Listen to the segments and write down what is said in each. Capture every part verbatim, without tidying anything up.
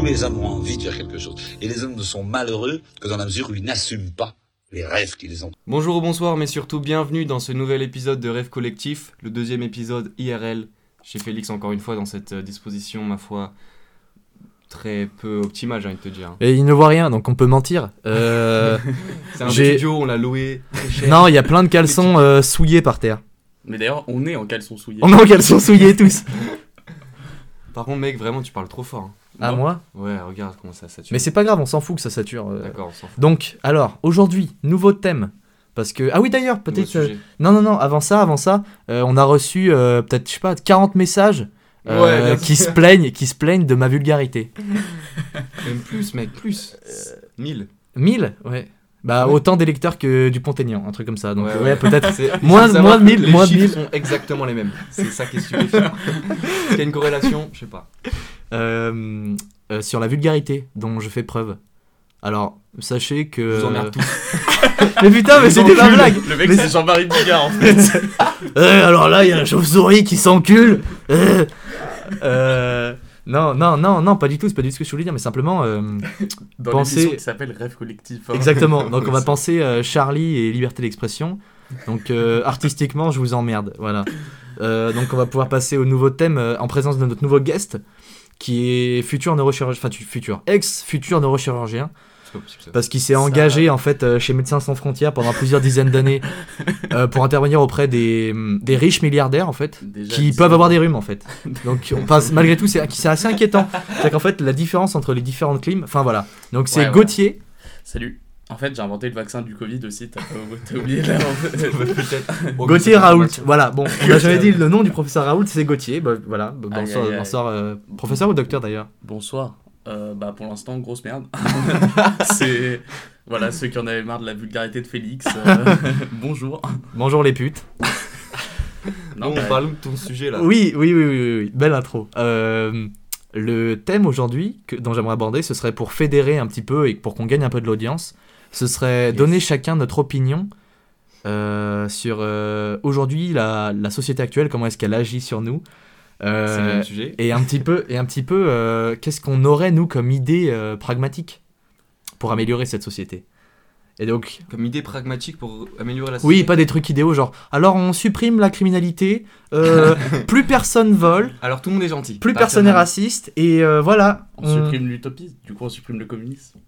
les hommes ont envie de faire quelque chose. Et les hommes ne sont malheureux que dans la mesure où ils n'assument pas les rêves qu'ils ont. Bonjour ou bonsoir, mais surtout bienvenue dans ce nouvel épisode de Rêve Collectif, le deuxième épisode I R L. Chez Félix encore une fois dans cette disposition, ma foi, très peu optimale, j'ai envie de te dire. Et il ne voit rien, donc on peut mentir. Euh, C'est un j'ai- studio, on l'a loué très cher. Non, il y a plein de caleçons euh, souillés par terre. Mais d'ailleurs, on est en caleçon souillé. On est en caleçons souillés tous. Par contre, mec, vraiment, tu parles trop fort. hein. À Non. moi. Ouais, regarde comment ça sature. Mais c'est pas grave, on s'en fout que ça sature. euh. D'accord, on s'en fout. Donc, alors, aujourd'hui, nouveau thème. Parce que... Ah oui, d'ailleurs, Nouveau peut-être... euh, sujet. Non, non, non, avant ça, avant ça, euh, on a reçu euh, peut-être, je sais pas, quarante messages euh, Ouais, bien qui, sûr. se plaignent, qui se plaignent de ma vulgarité. Même plus, mec, plus. mille. mille. Ouais. Bah, Ouais. autant d'électeurs que du Pont-Aignan, un truc comme ça. Donc, Ouais, ouais, ouais. peut-être... C'est- Moins- il faut moins savoir de mille, que Les moins de chiffres mille. sont exactement les mêmes. C'est ça qui est stupéfiant. Est-ce qu'il y a une corrélation? Je sais pas. Euh, euh, sur la vulgarité dont je fais preuve. Alors, sachez que... Je vous emmerde tous. Mais putain, mais c'était ma blague. Le mec, Mais- c'est Jean-Marie Bigard en fait. Euh, alors là, il y a la chauve-souris qui s'encule. Euh, euh, non, non, non, non, pas du tout, c'est pas du tout ce que je voulais dire, mais simplement... euh, Dans Pensez- l'émission qui s'appelle Rêve Collectif. hein. exactement, donc on va penser euh, Charlie et liberté d'expression. Donc euh, artistiquement, je vous emmerde, voilà. Euh, donc on va pouvoir passer au nouveau thème euh, en présence de notre nouveau guest, qui est futur neurochirurgien, enfin tu- futur, ex-futur neurochirurgien, C'est pas possible ça. parce qu'il s'est Ça- engagé en fait euh, chez Médecins Sans Frontières pendant plusieurs dizaines d'années euh, pour intervenir auprès des, des riches milliardaires en fait, Déjà, qui dix-sept peuvent avoir ans. des rhumes en fait. Donc on passe, malgré tout, c'est, c'est assez inquiétant. C'est qu'en fait la différence entre les différentes clims, enfin voilà. Donc c'est Ouais, ouais. Gauthier. Salut. En fait, j'ai inventé le vaccin du Covid aussi. T'as, pas... t'as oublié là en fait. Peut-être. Gauthier Raoult, voilà, bon, on n'a jamais dit le nom du professeur Raoult, c'est Gauthier, bah, voilà, bah, Aïe, bonsoir, aïe, aïe. bonsoir, euh, professeur ou docteur d'ailleurs. Bonsoir. Euh, bah pour l'instant, grosse merde. c'est voilà ceux qui en avaient marre de la vulgarité de Félix. euh, Bonjour. Bonjour les putes. Non, Non, bah, on parle de ton sujet là. Oui, oui, oui, oui, oui, oui, belle intro. Euh, le thème aujourd'hui que, dont j'aimerais aborder, ce serait pour fédérer un petit peu et pour qu'on gagne un peu de l'audience, ce serait Yes. donner chacun notre opinion euh, sur euh, aujourd'hui la, la société actuelle, comment est-ce qu'elle agit sur nous. Euh, C'est le même sujet. et un petit peu, et un petit peu euh, qu'est-ce qu'on aurait nous comme idée euh, pragmatique pour améliorer cette société. Et donc, Comme idée pragmatique pour améliorer la oui, société. pas des trucs idéaux genre, alors on supprime la criminalité, euh, plus personne vole, Alors tout le monde est gentil. plus Pas personne n'est seulement- raciste, et euh, voilà. on supprime l'utopisme. Du coup, on supprime le communisme.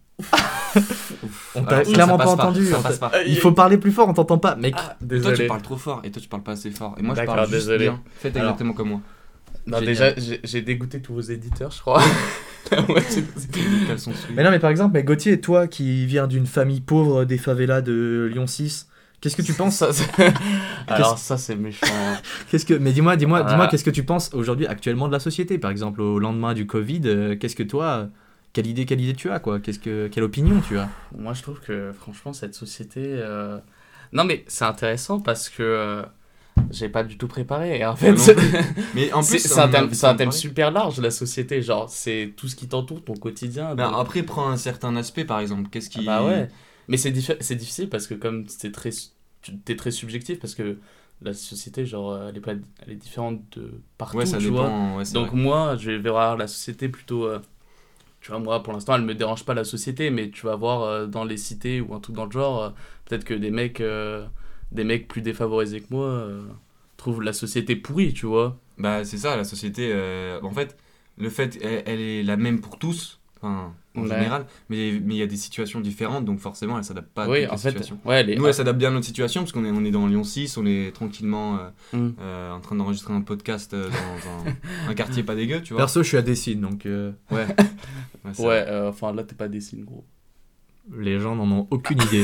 On t'a Alors, ça, clairement ça pas passe entendu. Ça on passe t'a- pas. Il faut parler plus fort, on t'entend pas, mec. Ah, Toi, tu désolé. parles trop fort et toi, tu parles pas assez fort. Et moi, je D'accord, parle juste désolé. bien. Faites Alors. exactement comme moi. Non, Génial. déjà, j'ai, j'ai dégoûté tous vos éditeurs, je crois. Ouais, c'est c'est des caleçons souillés. Mais non, mais par exemple, mais Gauthier, toi qui viens d'une famille pauvre des favelas de Lyon six, qu'est-ce que tu penses Ça, c'est- Alors, ça, c'est méchant. Qu'est-ce que Mais dis-moi, dis-moi, Voilà. dis-moi, qu'est-ce que tu penses aujourd'hui actuellement de la société, par exemple au lendemain du Covid, euh, qu'est-ce que toi, euh, quelle idée, quelle idée tu as quoi Qu'est-ce que, quelle opinion tu as Moi, je trouve que, franchement, cette société. euh, Non, mais c'est intéressant parce que euh, j'ai pas du tout préparé. Et en fait, non c'est, Mais en plus, c'est, c'est un on a thème, envie c'est un d'en thème parler. super large, la société. Genre, c'est tout ce qui t'entoure, ton quotidien. Ben, donc- après, prends un certain aspect, par exemple. Qu'est-ce qui. Bah ouais. Mais c'est, diffi- c'est difficile parce que, comme c'est très, tu- t'es très subjectif, parce que la société, genre, elle est, pas, elle est différente de partout, Ouais, ça tu vois. dépend. Ouais, c'est Donc vrai. moi, je vais voir la société plutôt... euh, tu vois, moi, pour l'instant, elle me dérange pas, la société, mais tu vas voir euh, dans les cités ou un truc dans le genre, euh, peut-être que des mecs, euh, des mecs plus défavorisés que moi euh, trouvent la société pourrie, tu vois. Bah, c'est ça, la société. euh, En fait, le fait, elle, elle est la même pour tous. Enfin, en Ouais. général. Mais mais il y a des situations différentes, donc forcément, elle s'adapte pas à oui, toutes en les fait, situations. ouais, les... Nous, elle s'adapte bien à notre situation, parce qu'on est, on est dans Lyon six, on est tranquillement euh, Mm. euh, en train d'enregistrer un podcast euh, dans un, un quartier pas dégueu, tu vois. Perso, je suis à Dessine, donc euh, Ouais. Ouais, c'est Ouais, vrai. euh, enfin là, t'es pas des signes, gros. les gens n'en ont aucune idée.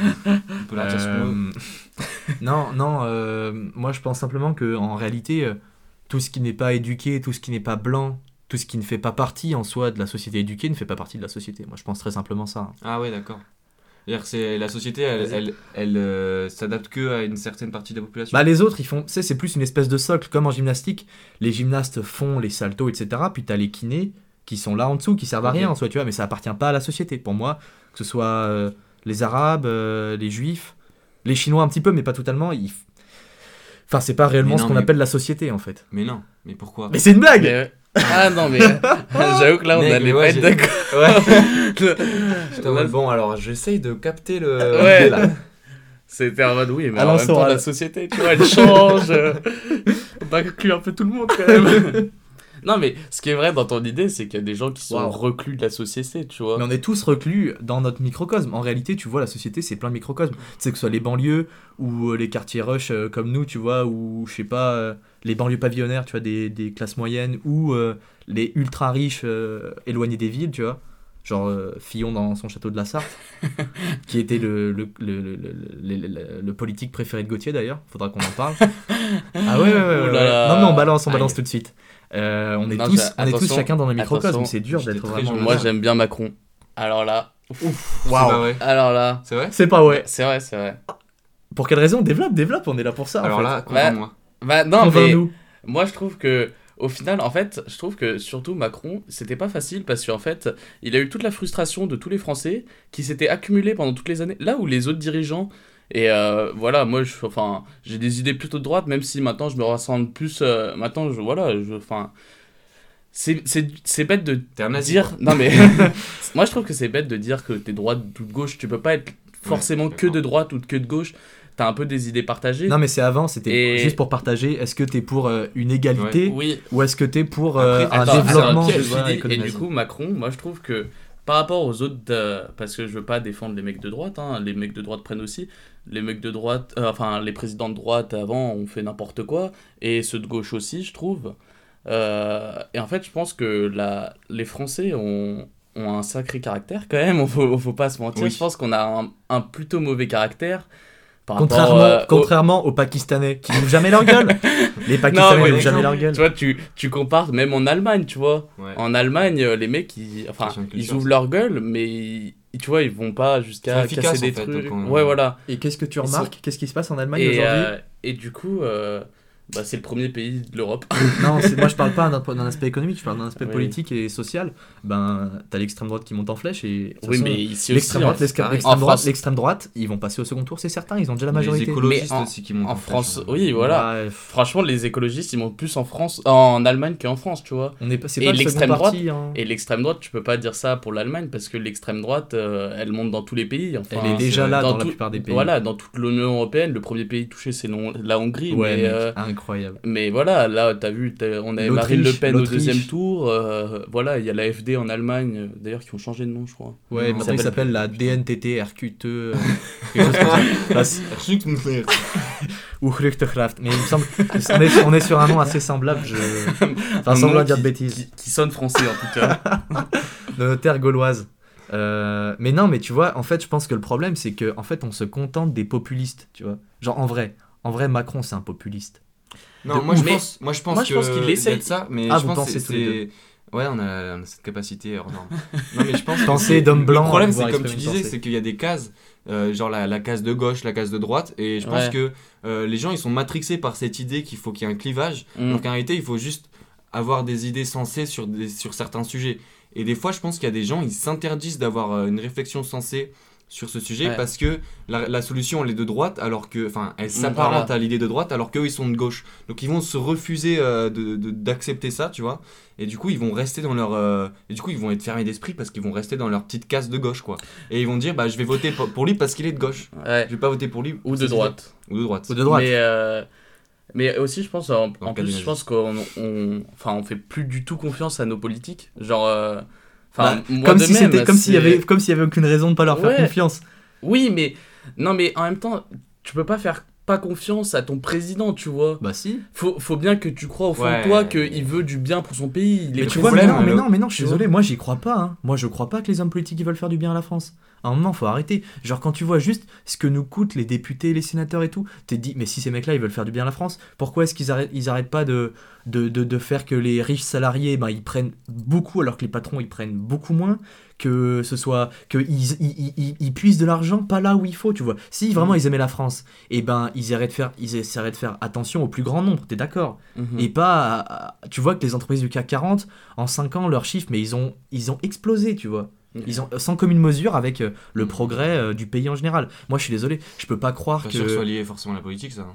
On peut la dire sur nous. Euh, non, non, euh, moi je pense simplement que en réalité, euh, tout ce qui n'est pas éduqué, tout ce qui n'est pas blanc, tout ce qui ne fait pas partie en soi de la société éduquée ne fait pas partie de la société. Moi je pense très simplement ça. hein. Ah ouais, d'accord. C'est-à-dire que c'est, la société, elle, Vas-y. elle, elle euh, s'adapte que à une certaine partie de la population. Bah les autres, ils font, tu sais, c'est plus une espèce de socle, comme en gymnastique. Les gymnastes font les saltos, et cetera. Puis t'as les kinés qui sont là en dessous, qui servent à Ok. rien en soi, tu vois, mais ça appartient pas à la société. Pour moi, que ce soit euh, les Arabes, euh, les Juifs, les Chinois un petit peu, mais pas totalement. Ils... Enfin, c'est pas réellement Mais ce non, qu'on mais- appelle la société en fait. Mais non, mais pourquoi Mais c'est une blague. Mais, Ah non, mais j'avoue que là, on Mec, allait mais pas ouais, être j'ai- d'accord. Ouais. J'étais en mode, bon, alors j'essaye de capter le. Ouais. l'idée, là. C'était en mode, oui, mais Alain en même temps, Soral. la société, tu vois, elle change. On va inclure un peu tout le monde, quand même. Non, mais ce qui est vrai dans ton idée, c'est qu'il y a des gens qui sont Wow. reclus de la société, tu vois. Mais on est tous reclus dans notre microcosme. En réalité, tu vois, la société, c'est plein de microcosmes. Tu sais, que ce soit les banlieues ou euh, les quartiers rush euh, comme nous, tu vois, ou je sais pas, euh, les banlieues pavillonnaires, tu vois, des, des classes moyennes, ou euh, les ultra riches euh, éloignés des villes, tu vois. Genre euh, Fillon dans son château de la Sarthe, qui était le, le, le, le, le, le- le- le politique préféré de Gauthier d'ailleurs. Faudra qu'on en parle. Ah ouais, ouais, ouais. ouais, Ouh là ouais. là. Non, mais on balance, on Aïe. balance tout de suite. Euh, on est Non, tous, j'ai- on est tous attention, chacun dans nos microcosmes. attention. C'est dur J'étais d'être très vraiment. jeune. Moi, j'aime bien Macron. Alors là, C'est Waouh. pas vrai. alors là, C'est vrai C'est pas ouais. c'est vrai, c'est vrai. Pour quelle raison? Développe, développe, on est là pour ça. Alors en fait. là, convainc-moi. Bah non, mais Convainc-nous. moi, je trouve que au final, en fait, je trouve que surtout Macron, c'était pas facile parce qu'en fait, il a eu toute la frustration de tous les Français qui s'étaient accumulés pendant toutes les années. Là où les autres dirigeants, et euh, voilà, moi, je, enfin, j'ai des idées plutôt de droite, même si maintenant je me rassemble plus. euh, maintenant, je, voilà, je, enfin, c'est, c'est, c'est bête de T'es un nazi. dire. Non, mais moi, je trouve que c'est bête de dire que t'es droite ou de gauche. Tu peux pas être forcément Ouais, que d'accord. de droite ou que de gauche. T'as un peu des idées partagées. Non, mais c'est avant, c'était Et- juste pour partager. Est-ce que t'es pour euh, une égalité Oui, ou est-ce que t'es pour euh, Après, un attends, développement attends, tu je vois, suis dit, et économique. du coup, Macron, moi je trouve que par rapport aux autres, euh, parce que je veux pas défendre les mecs de droite, hein, les mecs de droite prennent aussi, les mecs de droite, euh, enfin les présidents de droite avant ont fait n'importe quoi, et ceux de gauche aussi, je trouve. Euh, et en fait, je pense que la, les Français ont, ont un sacré caractère quand même, on faut, faut pas se mentir. Oui. Je pense qu'on a un, un plutôt mauvais caractère. Par rapport, Contrairement, euh, au- contrairement aux Pakistanais qui n'ouvrent jamais leur gueule. Les Pakistanais mais n'ouvrent les jamais gens- leur gueule. Tu vois, tu, tu compares même en Allemagne, tu vois. Ouais. En Allemagne, euh, les mecs, ils, enfin, Question de ils culture, ouvrent ça. leur gueule, mais ils- tu vois, ils vont pas Ils jusqu'à sont efficaces, casser des en fait, trucs. donc on- Ouais, voilà. Et qu'est-ce que tu Ils remarques Qu'est-ce qui se passe en Allemagne Et, aujourd'hui euh, et du coup, euh, bah, c'est le premier pays de l'Europe. Non, c'est- moi je parle pas d'un d'un aspect économique, je parle d'un aspect Oui. politique et social. Ben, t'as l'extrême droite qui monte en flèche et. de toute Oui, façon, mais ici aussi. L'extrême hein, droite, c'est l'extrême pareil. l'extrême En droite, France, l'extrême droite, ils vont passer au second tour, c'est certain, ils ont déjà la Les majorité. écologistes Mais en- aussi qui montent en flèche, France, hein. oui, voilà. Bref, Franchement, les écologistes, ils montent plus en France, en Allemagne qu'en France, tu vois. on n'est pas, c'est Et pas le l'extrême second droite, parti. Hein. Et l'extrême droite, tu peux pas dire ça pour l'Allemagne parce que l'extrême droite, euh, elle monte dans tous les pays. Enfin, Elle est déjà vrai. là dans, la tout- plupart des pays. Voilà, dans toute l'Union européenne, le premier pays touché, c'est l'Hon- la Hongrie. Ouais, mais, mec, euh, incroyable. mais voilà, là, t'as vu, t'as- on avait L'Autriche, Marine Le Pen au l'Autriche. deuxième tour. euh, voilà, il y a la F D en Allemagne, euh, d'ailleurs, qui ont changé de nom, je crois. Ouais, Non, maintenant il ça s'appelle la D N T T R Q T. euh, quelque chose comme ça. Là, c'est- Ou Rüchterkraft. Mais il me semble on est, on est sur un nom assez semblable. Je... Enfin, Un sans nom vouloir dire de qui- bêtises. Qui, qui sonne français, en tout cas. De nos terres gauloises. Euh, mais non, mais tu vois, en fait, je pense que le problème, c'est que en fait, on se contente des populistes, tu vois. Genre, en vrai, en vrai, Macron, c'est un populiste. Non, De moi je ouf. pense, moi je pense, Moi, je pense que qu'il il y a essaye. de ça, mais Ah, je vous pense que pensez tous les c'est ouais, on a, on a cette capacité hors norme. Non mais je pense que Pensée c'est- d'homme blanc Le problème à c'est pouvoir comme tu exprimer une disais, pensée. c'est qu'il y a des cases, euh, genre la, la case de gauche, la case de droite, et je pense Ouais. que euh, les gens ils sont matrixés par cette idée qu'il faut qu'il y ait un clivage, Mm. alors qu'en réalité il faut juste avoir des idées sensées sur des, sur certains sujets. Et des fois je pense qu'il y a des gens ils s'interdisent d'avoir euh, une réflexion sensée sur ce sujet Ouais. parce que la, la solution elle est de droite alors que enfin elle s'apparente voilà. à l'idée de droite alors qu'eux ils sont de gauche, donc ils vont se refuser euh, de, de- d'accepter ça, tu vois, et du coup ils vont rester dans leur euh, et du coup ils vont être fermés d'esprit parce qu'ils vont rester dans leur petite case de gauche, quoi, et ils vont dire bah je vais voter pour pour lui parce qu'il est de gauche, Ouais. je vais pas voter pour lui Ou de c'est- droite. ou de droite Ou de droite. Mais, euh, mais aussi, je pense, en, Dans en le cas plus, des je pense qu'on on, enfin, on fait plus du tout confiance à nos politiques. Genre, euh, enfin, Bah, moi comme de si même, c'était comme s'il y c'est- avait comme s'il y avait aucune raison de pas leur faire Ouais. confiance. Oui, mais non, mais en même temps, tu peux pas faire pas confiance à ton président, tu vois. Bah si. Faut, faut bien que tu crois au fond Ouais. de toi qu'il veut du bien pour son pays. Il est Mais tu président. vois, mais problème, non, mais le- non, mais non, je suis tu vois. désolé, moi j'y crois pas. Hein. Moi je crois pas que les hommes politiques ils veulent faire du bien à la France. À un moment, faut arrêter. Genre quand tu vois juste ce que nous coûtent les députés, les sénateurs et tout, t'es dit, mais si ces mecs-là ils veulent faire du bien à la France, pourquoi est-ce qu'ils arrêtent, ils arrêtent pas de, de, de, de faire que les riches salariés, ben, ils prennent beaucoup alors que les patrons ils prennent beaucoup moins, que ce soit qu'ils ils, ils, ils, ils puisent de l'argent pas là où il faut, tu vois. Si vraiment ils aimaient la France, et ben ils arrêtent de faire, ils essaieraient de faire attention au plus grand nombre, t'es d'accord? Mhm. Et pas, à- à- tu vois que les entreprises du C A C quarante, en cinq ans, leurs chiffres, mais ils ont, ils ont explosé, tu vois. Ok. Ils ont, sans commune mesure avec euh, le progrès euh, du pays en général. Moi, je suis désolé, je peux pas croire pas que... sûr que ce soit lié forcément à la politique, ça, hein.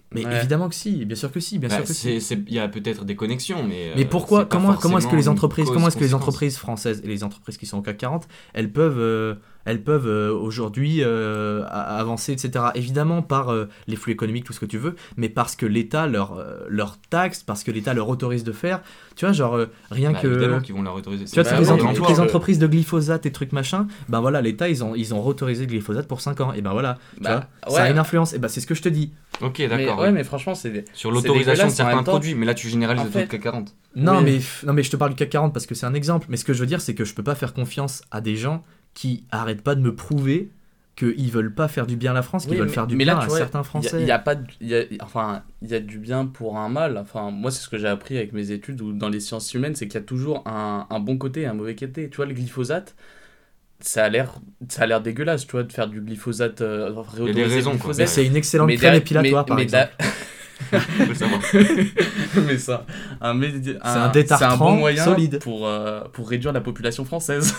Mais Ouais. évidemment que si, bien sûr que si, bien Bah, sûr que si. c'est- c'est- Il y a peut-être des connexions, mais. Mais euh, pourquoi, c'est pas comment, comment est-ce que les forcément entreprises, une comment est-ce que les cause-conséquence. entreprises françaises et les entreprises qui sont au C A C quarante, elles peuvent, euh, elles peuvent euh, aujourd'hui euh, a- avancer, et cetera. Évidemment par euh, les flux économiques, tout ce que tu veux, mais parce que l'État leur, euh, leur taxe, parce que l'État leur autorise de faire. Tu vois, genre euh, rien Bah, que. Évidemment qu'ils vont leur autoriser. Tu vois, Bah toutes, les, oui, entre- mais toutes toi, les euh, entreprises de glyphosate et trucs machin, ben voilà, l'État, ils ont, ils ont autorisé le glyphosate pour cinq ans. Et ben voilà, tu Bah, vois, ça a ouais. une influence. Et ben c'est ce que je te dis. Ok, Mais, d'accord. ouais, oui. mais franchement, c'est. des- Sur c'est l'autorisation de dégueulasse en certains même temps. produits, mais là tu généralises En de tout le fait- C A C quarante. Non, Oui. mais, non, mais je te parle du C A C quarante parce que c'est un exemple. Mais ce que je veux dire, c'est que je peux pas faire confiance à des gens qui arrêtent pas de me prouver qu'ils veulent pas faire du bien à la France, qu'ils Oui, veulent mais- faire du mais bien là, tu à vois, certains Il Français. y, a pas, de- il y a, enfin, il y a du bien pour un mal. Enfin, moi, c'est ce que j'ai appris avec mes études ou dans les sciences humaines, c'est qu'il y a toujours un, un bon côté et un mauvais côté. Tu vois, le glyphosate, ça a l'air, ça a l'air dégueulasse, tu vois, de faire du glyphosate. Euh, réautoriser le raisons, quoi. Mais glyphosate. c'est une excellente Mais crème derrière- épilatoire, mais- par mais exemple. da- Faut le savoir. mais ça, un, médi- C'est un détartrant c'est un bon moyen solide. pour, euh, pour réduire la population française.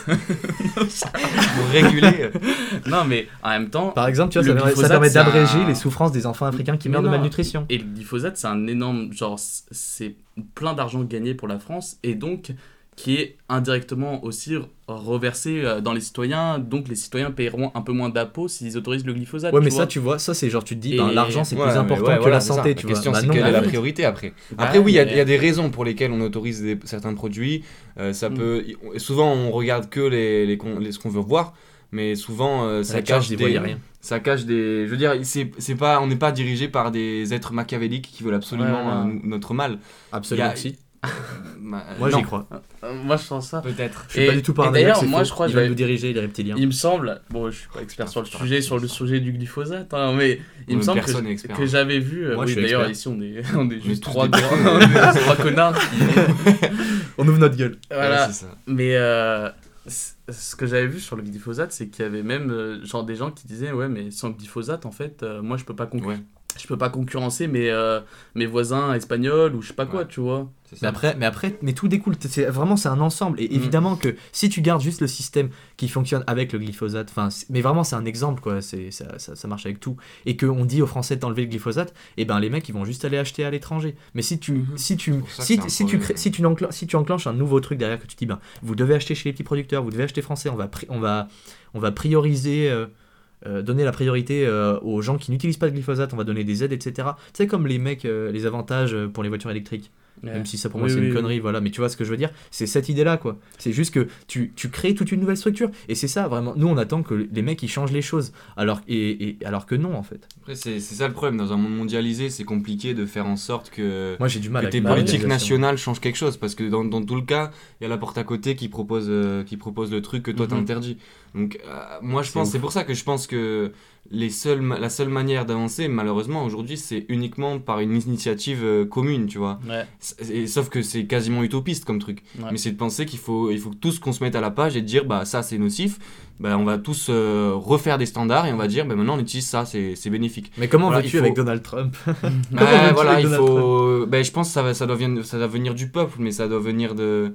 Pour réguler. Non, mais en même temps, Par exemple, tu vois, Le ça, permet- ça glyphosate, permet c'est d'abréger un- les souffrances des enfants africains qui Mais meurent de non. malnutrition. et le glyphosate, c'est un énorme. Genre, c- c'est plein d'argent gagné pour la France et donc qui est indirectement aussi reversé euh, dans les citoyens. Donc, les citoyens paieront un peu moins d'impôts s'ils autorisent le glyphosate. Ouais, tu mais vois. ça, tu vois, ça, c'est genre, tu te dis, Et- ben, l'argent, c'est Ouais, plus mais important ouais, que voilà, la c'est ça. santé, La tu vois. question, Bah c'est non, quelle est la arrête. priorité après. Bah, Après, oui, il y, a- mais- il y a des raisons pour lesquelles on autorise des- certains produits. Euh, ça Mm. peut. et souvent, on regarde que les, les, con- les- ce qu'on veut voir, mais souvent, euh, ça Red Charge, cache j'y des. voyais rien. Ça cache des. Je veux dire, c'est c'est pas, on n'est pas dirigé par des êtres machiavéliques qui veulent absolument Ouais, ouais. euh, nous- notre mal. Absolument Il y a- que si. Bah, Moi, non, j'y crois. Euh, moi, je pense ça. Peut-être. Je suis Et- pas du tout et paranoïaque, d'ailleurs, c'est moi, faux. je crois que Ils veulent j'avais- nous diriger, les reptiliens. Il me semble, bon, je suis pas expert sur le Putain, sujet, putain, sur le putain. sujet du glyphosate, hein, mais il me Euh, semble que, personne n'est expert, que hein. j'avais vu. euh, Moi, je oui, suis d'ailleurs, expert. ici, on est, on est est juste tous trois, des grands- trois connards. qui- On ouvre notre gueule. Voilà. Ouais, c'est ça. Mais euh, c- ce que j'avais vu sur le glyphosate, c'est qu'il y avait même euh, genre des gens qui disaient ouais, mais sans glyphosate, en fait, euh, moi je peux pas concur- Ouais, je peux pas concurrencer mes, euh, mes voisins espagnols ou je sais pas quoi, Ouais. tu vois. c'est Mais ça. après, mais après, mais tout découle. C'est vraiment, c'est un ensemble. Et Mm. évidemment que si tu gardes juste le système qui fonctionne avec le glyphosate, enfin, c'est- mais vraiment, c'est un exemple, quoi. C'est ça, ça, ça marche avec tout. Et qu'on dit aux Français d'enlever le glyphosate, et ben les mecs, ils vont juste aller acheter à l'étranger. Mais si tu, Mhm. si tu, pour ça que si, c'est un si tu, problème. crées- si tu enclenches, si tu enclenches un nouveau truc derrière que tu dis, ben, vous devez acheter chez les petits producteurs, vous devez acheter français. On va, pri- on va, on va prioriser. euh, euh, donner la priorité euh, aux gens qui n'utilisent pas de glyphosate, on va donner des aides, et cetera. Tu sais, comme les mecs, euh, les avantages euh, pour les voitures électriques. Même si ça pour moi Oui, c'est oui, une oui. connerie, voilà. Mais tu vois ce que je veux dire? C'est cette idée-là, quoi. C'est juste que tu, tu crées toute une nouvelle structure. Et c'est ça, vraiment. Nous, on attend que les mecs ils changent les choses. Alors, et, et- alors que non, en fait. Après, c'est c'est ça le problème. Dans un monde mondialisé, c'est compliqué de faire en sorte que. Moi, j'ai du mal que avec tes la politiques mondialisation. nationales changent quelque chose parce que dans, dans tout le cas il y a la porte à côté qui propose euh, qui propose le truc que toi Mhm. t'interdis donc euh, moi je C'est pense ouf. c'est pour ça que je pense que les seuls ma- la seule manière d'avancer malheureusement aujourd'hui c'est uniquement par une initiative euh, commune tu vois. Ouais. C'est- et, sauf que c'est quasiment utopiste comme truc Ouais. mais c'est de penser qu'il faut il faut tous qu'on se mette à la page et de dire bah ça c'est nocif bah on va tous euh, refaire des standards et on va dire bah maintenant on utilise ça c'est c'est bénéfique. Mais comment Voilà, veux-tu il faut- avec Donald Trump? Ouais, veux-tu voilà, avec il Donald faut. Ben, je pense que ça, va, ça, doit venir, ça doit venir du peuple, mais ça doit venir de.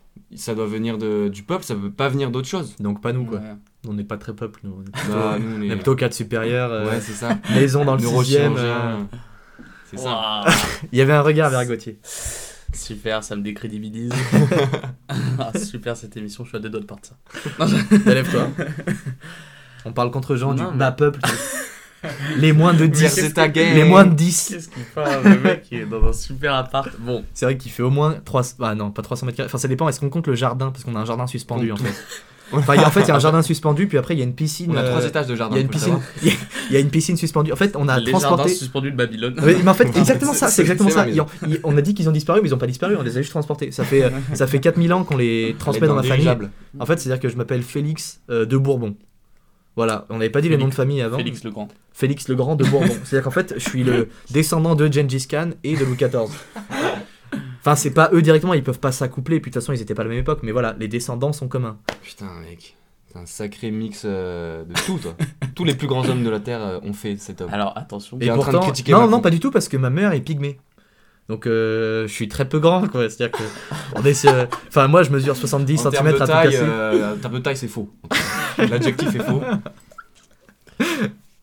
Ça doit venir de, du peuple, ça peut pas venir d'autre chose. Donc, pas nous, quoi. Ouais. On n'est pas très peuple, nous. On est plutôt, Bah, nous, on on est. est plutôt cadre supérieur, euh, Ouais, c'est ça. maison dans le sixième. Neurochirurgien. euh. C'est ça. Waouh. Il y avait un regard vers Gauthier. Super, ça me décrédibilise. Ah, super cette émission, je suis à deux doigts de partir. Lève-toi. On parle contre gens du Non, mais- bas peuple. Les moins de dix. Versez ta gang. Les moins de dix. Qu'est-ce qu'il fait le mec qui est dans un super appart. Bon, C'est vrai qu'il fait au moins trois cents. Ah non, pas trois cents mètres carrés. Enfin, ça dépend. Est-ce qu'on compte le jardin? Parce qu'on a un jardin suspendu, en Compte fait. Enfin, il y a- en fait, il y a un jardin suspendu, puis après, il y a une piscine. On a euh, trois étages de Il jardin. y a une faut le piscine. savoir. Il y a- il y a une piscine suspendue. En fait, on a les jardins transporté. suspendus de Babylone. Oui, mais en fait, exactement C'est- ça, c'est- c'est exactement c'est ça. ma Ils ont- ils- on a dit qu'ils ont disparu, mais ils ont pas disparu, on les a juste transportés. Ça fait, euh, ça fait quatre mille ans qu'on les transmet dans ma famille. dirigeable. En fait, c'est-à-dire que je m'appelle Félix euh, de Bourbon. Voilà, on n'avait pas dit les Félix- noms de famille avant. Félix le Grand. Félix le Grand de Bourbon. C'est-à-dire qu'en fait, je suis le descendant de Gengis Khan et de Louis quatorze. Enfin, c'est pas eux directement, ils peuvent pas s'accoupler, puis de toute façon, ils étaient pas à la même époque, mais voilà, les descendants sont communs. Putain, mec. C'est un sacré mix euh, de tout, toi. Tous les plus grands hommes de la Terre euh, ont fait cet homme. Alors attention. Et Et en train de pourtant, critiquer non, Macron. non, pas du tout, parce que ma mère est pygmée. Donc, euh, je suis très peu grand, quoi. C'est-à-dire que. On est sur- Enfin, moi, je mesure soixante-dix En termes centimètres de à tout taille, casser. euh, en termes de taille, c'est faux. L'adjectif est faux. Euh,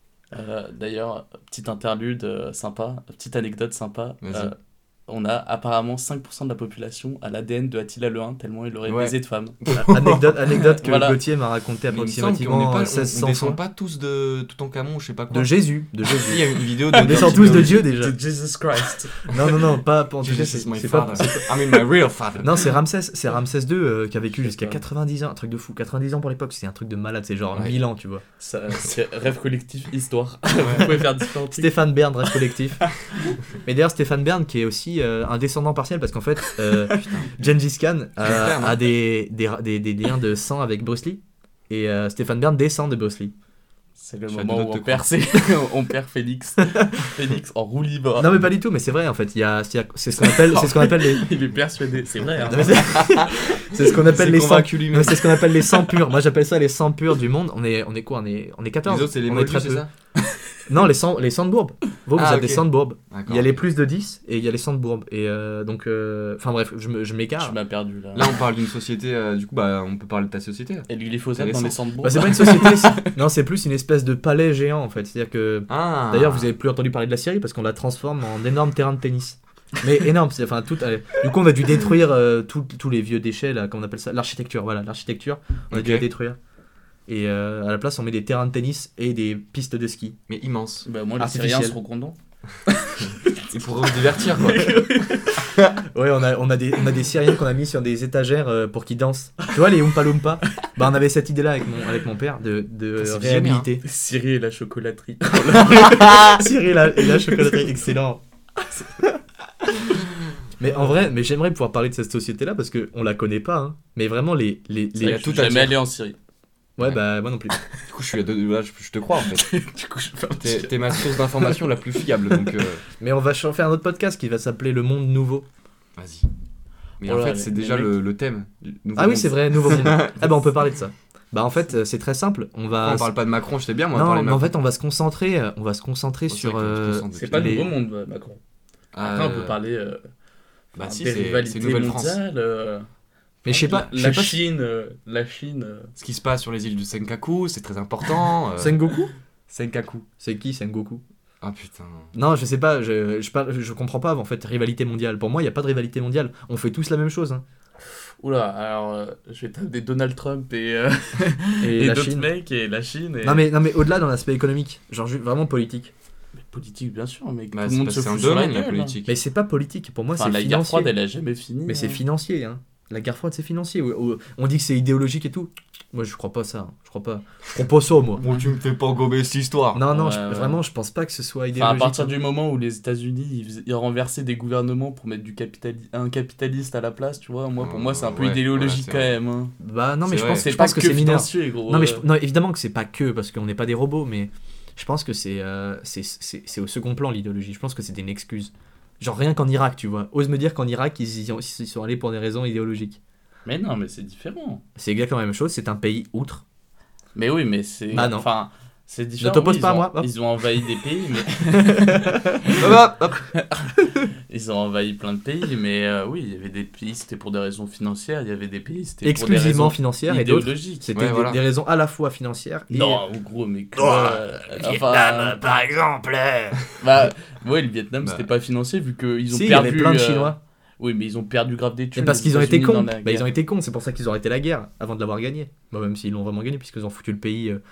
Euh, D'ailleurs, petite interlude euh, sympa, petite anecdote sympa. Vas-y. Euh, on a apparemment cinq pour cent de la population à l'A D N de Attila le Hun, tellement il aurait Ouais. baisé de femmes. Anecdote, anecdote que Voilà. Gauthier m'a raconté Mais il me semble qu'on approximativement est pas, on, seize on cents descend fois. pas tous de Toutankhamon, je sais pas quoi. De Jésus, de Il Jésus. y a une vidéo de. On descend tous de Dieu déjà. De Jesus Christ. Non, non, non, pas en tout cas, Jesus is c'est my c'est pas. father. I mean my real father. Non, c'est Ramsès, c'est Ramsès deux euh, qui a vécu Je sais jusqu'à pas. quatre-vingt-dix ans, un truc de fou. quatre-vingt-dix ans pour l'époque, c'est un truc de malade, c'est genre Ouais. mille ans, tu vois. Ça, c'est rêve collectif, histoire. Vous pouvez faire différents trucs. Stéphane Bern, rêve collectif. Mais d'ailleurs, Stéphane Bern qui est aussi euh, un descendant partiel parce qu'en fait, euh, Gengis Khan a, Super, a des, des, des, des liens de sang avec Bruce Lee. Et euh, Stéphane Bern descend de Bruce Lee. C'est le Je suis à moment deux où doigts de on te perd, ses- on perd Félix. Félix en roue libre. Non, mais pas du tout, mais c'est vrai en fait. Il y a, il y a- c'est ce qu'on appelle, c'est ce qu'on appelle les. Il est persuadé, c'est vrai. Hein. Non, mais c'est c'est ce qu'on appelle C'est les sangs. convaincu Non, lui-même. mais c'est ce qu'on appelle les sangs purs. Moi, j'appelle ça les sangs purs du monde. On est, on est quoi On est, on est quatorze. Les autres, c'est les on est moldus, très c'est peu. ça Non, les sangs, les sangs de bourbe. Vous, vous Ah, êtes ok. des sangs de bourbe. D'accord. Il y a les plus de dix et il y a les sangs de bourbe. Et euh, donc, euh, enfin bref, je me- je m'égare. Tu m'as perdu là. Là, on parle d'une société, euh, du coup, bah, on peut parler de ta société. Et le glyphosate C'est dans les récent. centres Bah, c'est pas une société, c'est- non, c'est plus une espèce de palais géant en fait. C'est-à-dire que. Ah D'ailleurs, vous avez plus entendu parler de la Syrie parce qu'on la transforme en énorme terrain de tennis. Mais énorme, c'est enfin tout. allez. Du coup, on a dû détruire euh, tout- tous les vieux déchets là, comment on appelle ça, l'architecture. Voilà, l'architecture. On a dû Ok. la détruire. Et euh, à la place, on met des terrains de tennis et des pistes de ski. Mais immense. Bah, moi, les Artificiel. Syriens seront contents. Et pour vous divertir, quoi. Ouais, on a, on a des, on a des Syriens qu'on a mis sur des étagères euh, pour qu'ils dansent. Tu vois, les Oompa Loompa. Bah, on avait cette idée-là avec mon, avec mon père de, de C'est réhabiliter. Syrie et la chocolaterie. Syrie et la, et la chocolaterie, excellent. Mais en vrai, mais j'aimerais pouvoir parler de cette société-là parce qu'on la connaît pas. Hein. Mais vraiment, les. les, C'est les... vrai a que tout je suis à jamais dire. allé en Syrie. Ouais, Ouais. bah, moi non plus. Du coup, je suis à deux- là, je, je te crois en fait. Du coup, je fais un T'es petit- t'es ma source d'information la plus fiable, donc euh, Mais on va ch- faire un autre podcast qui va s'appeler Le Monde Nouveau. vas-y. Mais en Voilà, fait, c'est les- déjà les le, le thème. du nouveau Ah oui, monde. c'est vrai, Nouveau Monde. Ah bah, on peut parler de ça. Bah, en fait, euh, c'est très simple. On va. On parle pas de Macron, je sais bien, moi. on va Non, parler de mais en Macron. fait, on va se concentrer, euh, on va se concentrer Oh, c'est sur. vrai qu'on se euh, concentre C'est depuis- pas le les- nouveau monde, euh, Macron. Après, on Euh, peut parler euh, Bah enfin, si, des c'est- rivalités c'est Nouvelle-France. mondiales. euh, Mais je sais pas. je La sais pas si- Chine, euh, la Chine. euh, Ce qui se passe sur les îles du Senkaku, c'est très important. euh, Sengoku Senkaku. C'est qui Sengoku? Ah putain. Non, je sais pas, je, je, parle- je comprends pas en fait, rivalité mondiale. Pour moi, il n'y a pas de rivalité mondiale. On fait tous la même chose. Hein. Oula, alors euh, je vais taper Donald Trump et, euh, Et, et la d'autres Chine. mecs et la Chine. Et... Non mais, non, mais au-delà dans l'aspect économique, genre ju- vraiment politique. Mais politique, bien sûr, mais Bah, tout c'est le monde parce se que c'est un fout sur la domaine, la gueule. politique. Mais c'est pas politique, pour moi Enfin, c'est la guerre financier. froide, elle a jamais fini. Mais c'est hein. financier. Hein. La guerre froide, c'est financier. Ou- ou- On dit que c'est idéologique et tout. Moi, je crois pas ça. Je crois pas. Je crois pas ça, moi. Bon, tu me fais pas gober cette histoire. Non, non, Ouais, je- ouais. vraiment, je pense pas que ce soit Enfin, à idéologique. partir du moment où les États-Unis ils, faisaient- ils renversaient des gouvernements pour mettre du capitali- un capitaliste à la place, tu vois, moi pour moi c'est un peu Ouais, idéologique ouais, quand c'est même. hein. Bah non, mais C'est je vrai. pense, C'est je pas pense que, que c'est mineur. financier, gros. Non, mais je- euh. non, évidemment que c'est pas que, parce qu'on n'est pas des robots, mais je pense que c'est euh, c'est- c'est c'est au second plan l'idéologie. Je pense que c'était une excuse. Genre rien qu'en Irak, tu vois. Ose me dire qu'en Irak, ils y ont- ils sont allés pour des raisons idéologiques. Mais non, mais c'est différent. C'est exactement la même chose, c'est un pays outre. Mais oui, mais c'est. Bah non. Enfin, c'est différent. t'oppose oui, pas à ils ont- moi, hop. Ils ont envahi des pays, mais. Hop, hop. Ils ont envahi plein de pays, mais euh, oui, il y avait des pays, c'était pour des raisons financières, il y avait des pays, c'était pour des Exclusivement raisons financières et d'autres. idéologiques. C'était Ouais, des, voilà. des raisons à la fois financières et. Non, gros, mais que. Oh, euh, enfin, par exemple. bah, ouais, le Vietnam, Bah. c'était pas financier vu qu'ils ont Si, il y perdu. avait plein de euh, Chinois. Oui, mais ils ont perdu grave des Mais thunes. parce les qu'ils ont été États-Unis cons. dans la Bah, ils ont guerre. été cons, c'est pour ça qu'ils ont arrêté la guerre avant de l'avoir gagnée. Bah, même s'ils l'ont vraiment gagnée, puisqu'ils ont foutu le pays euh,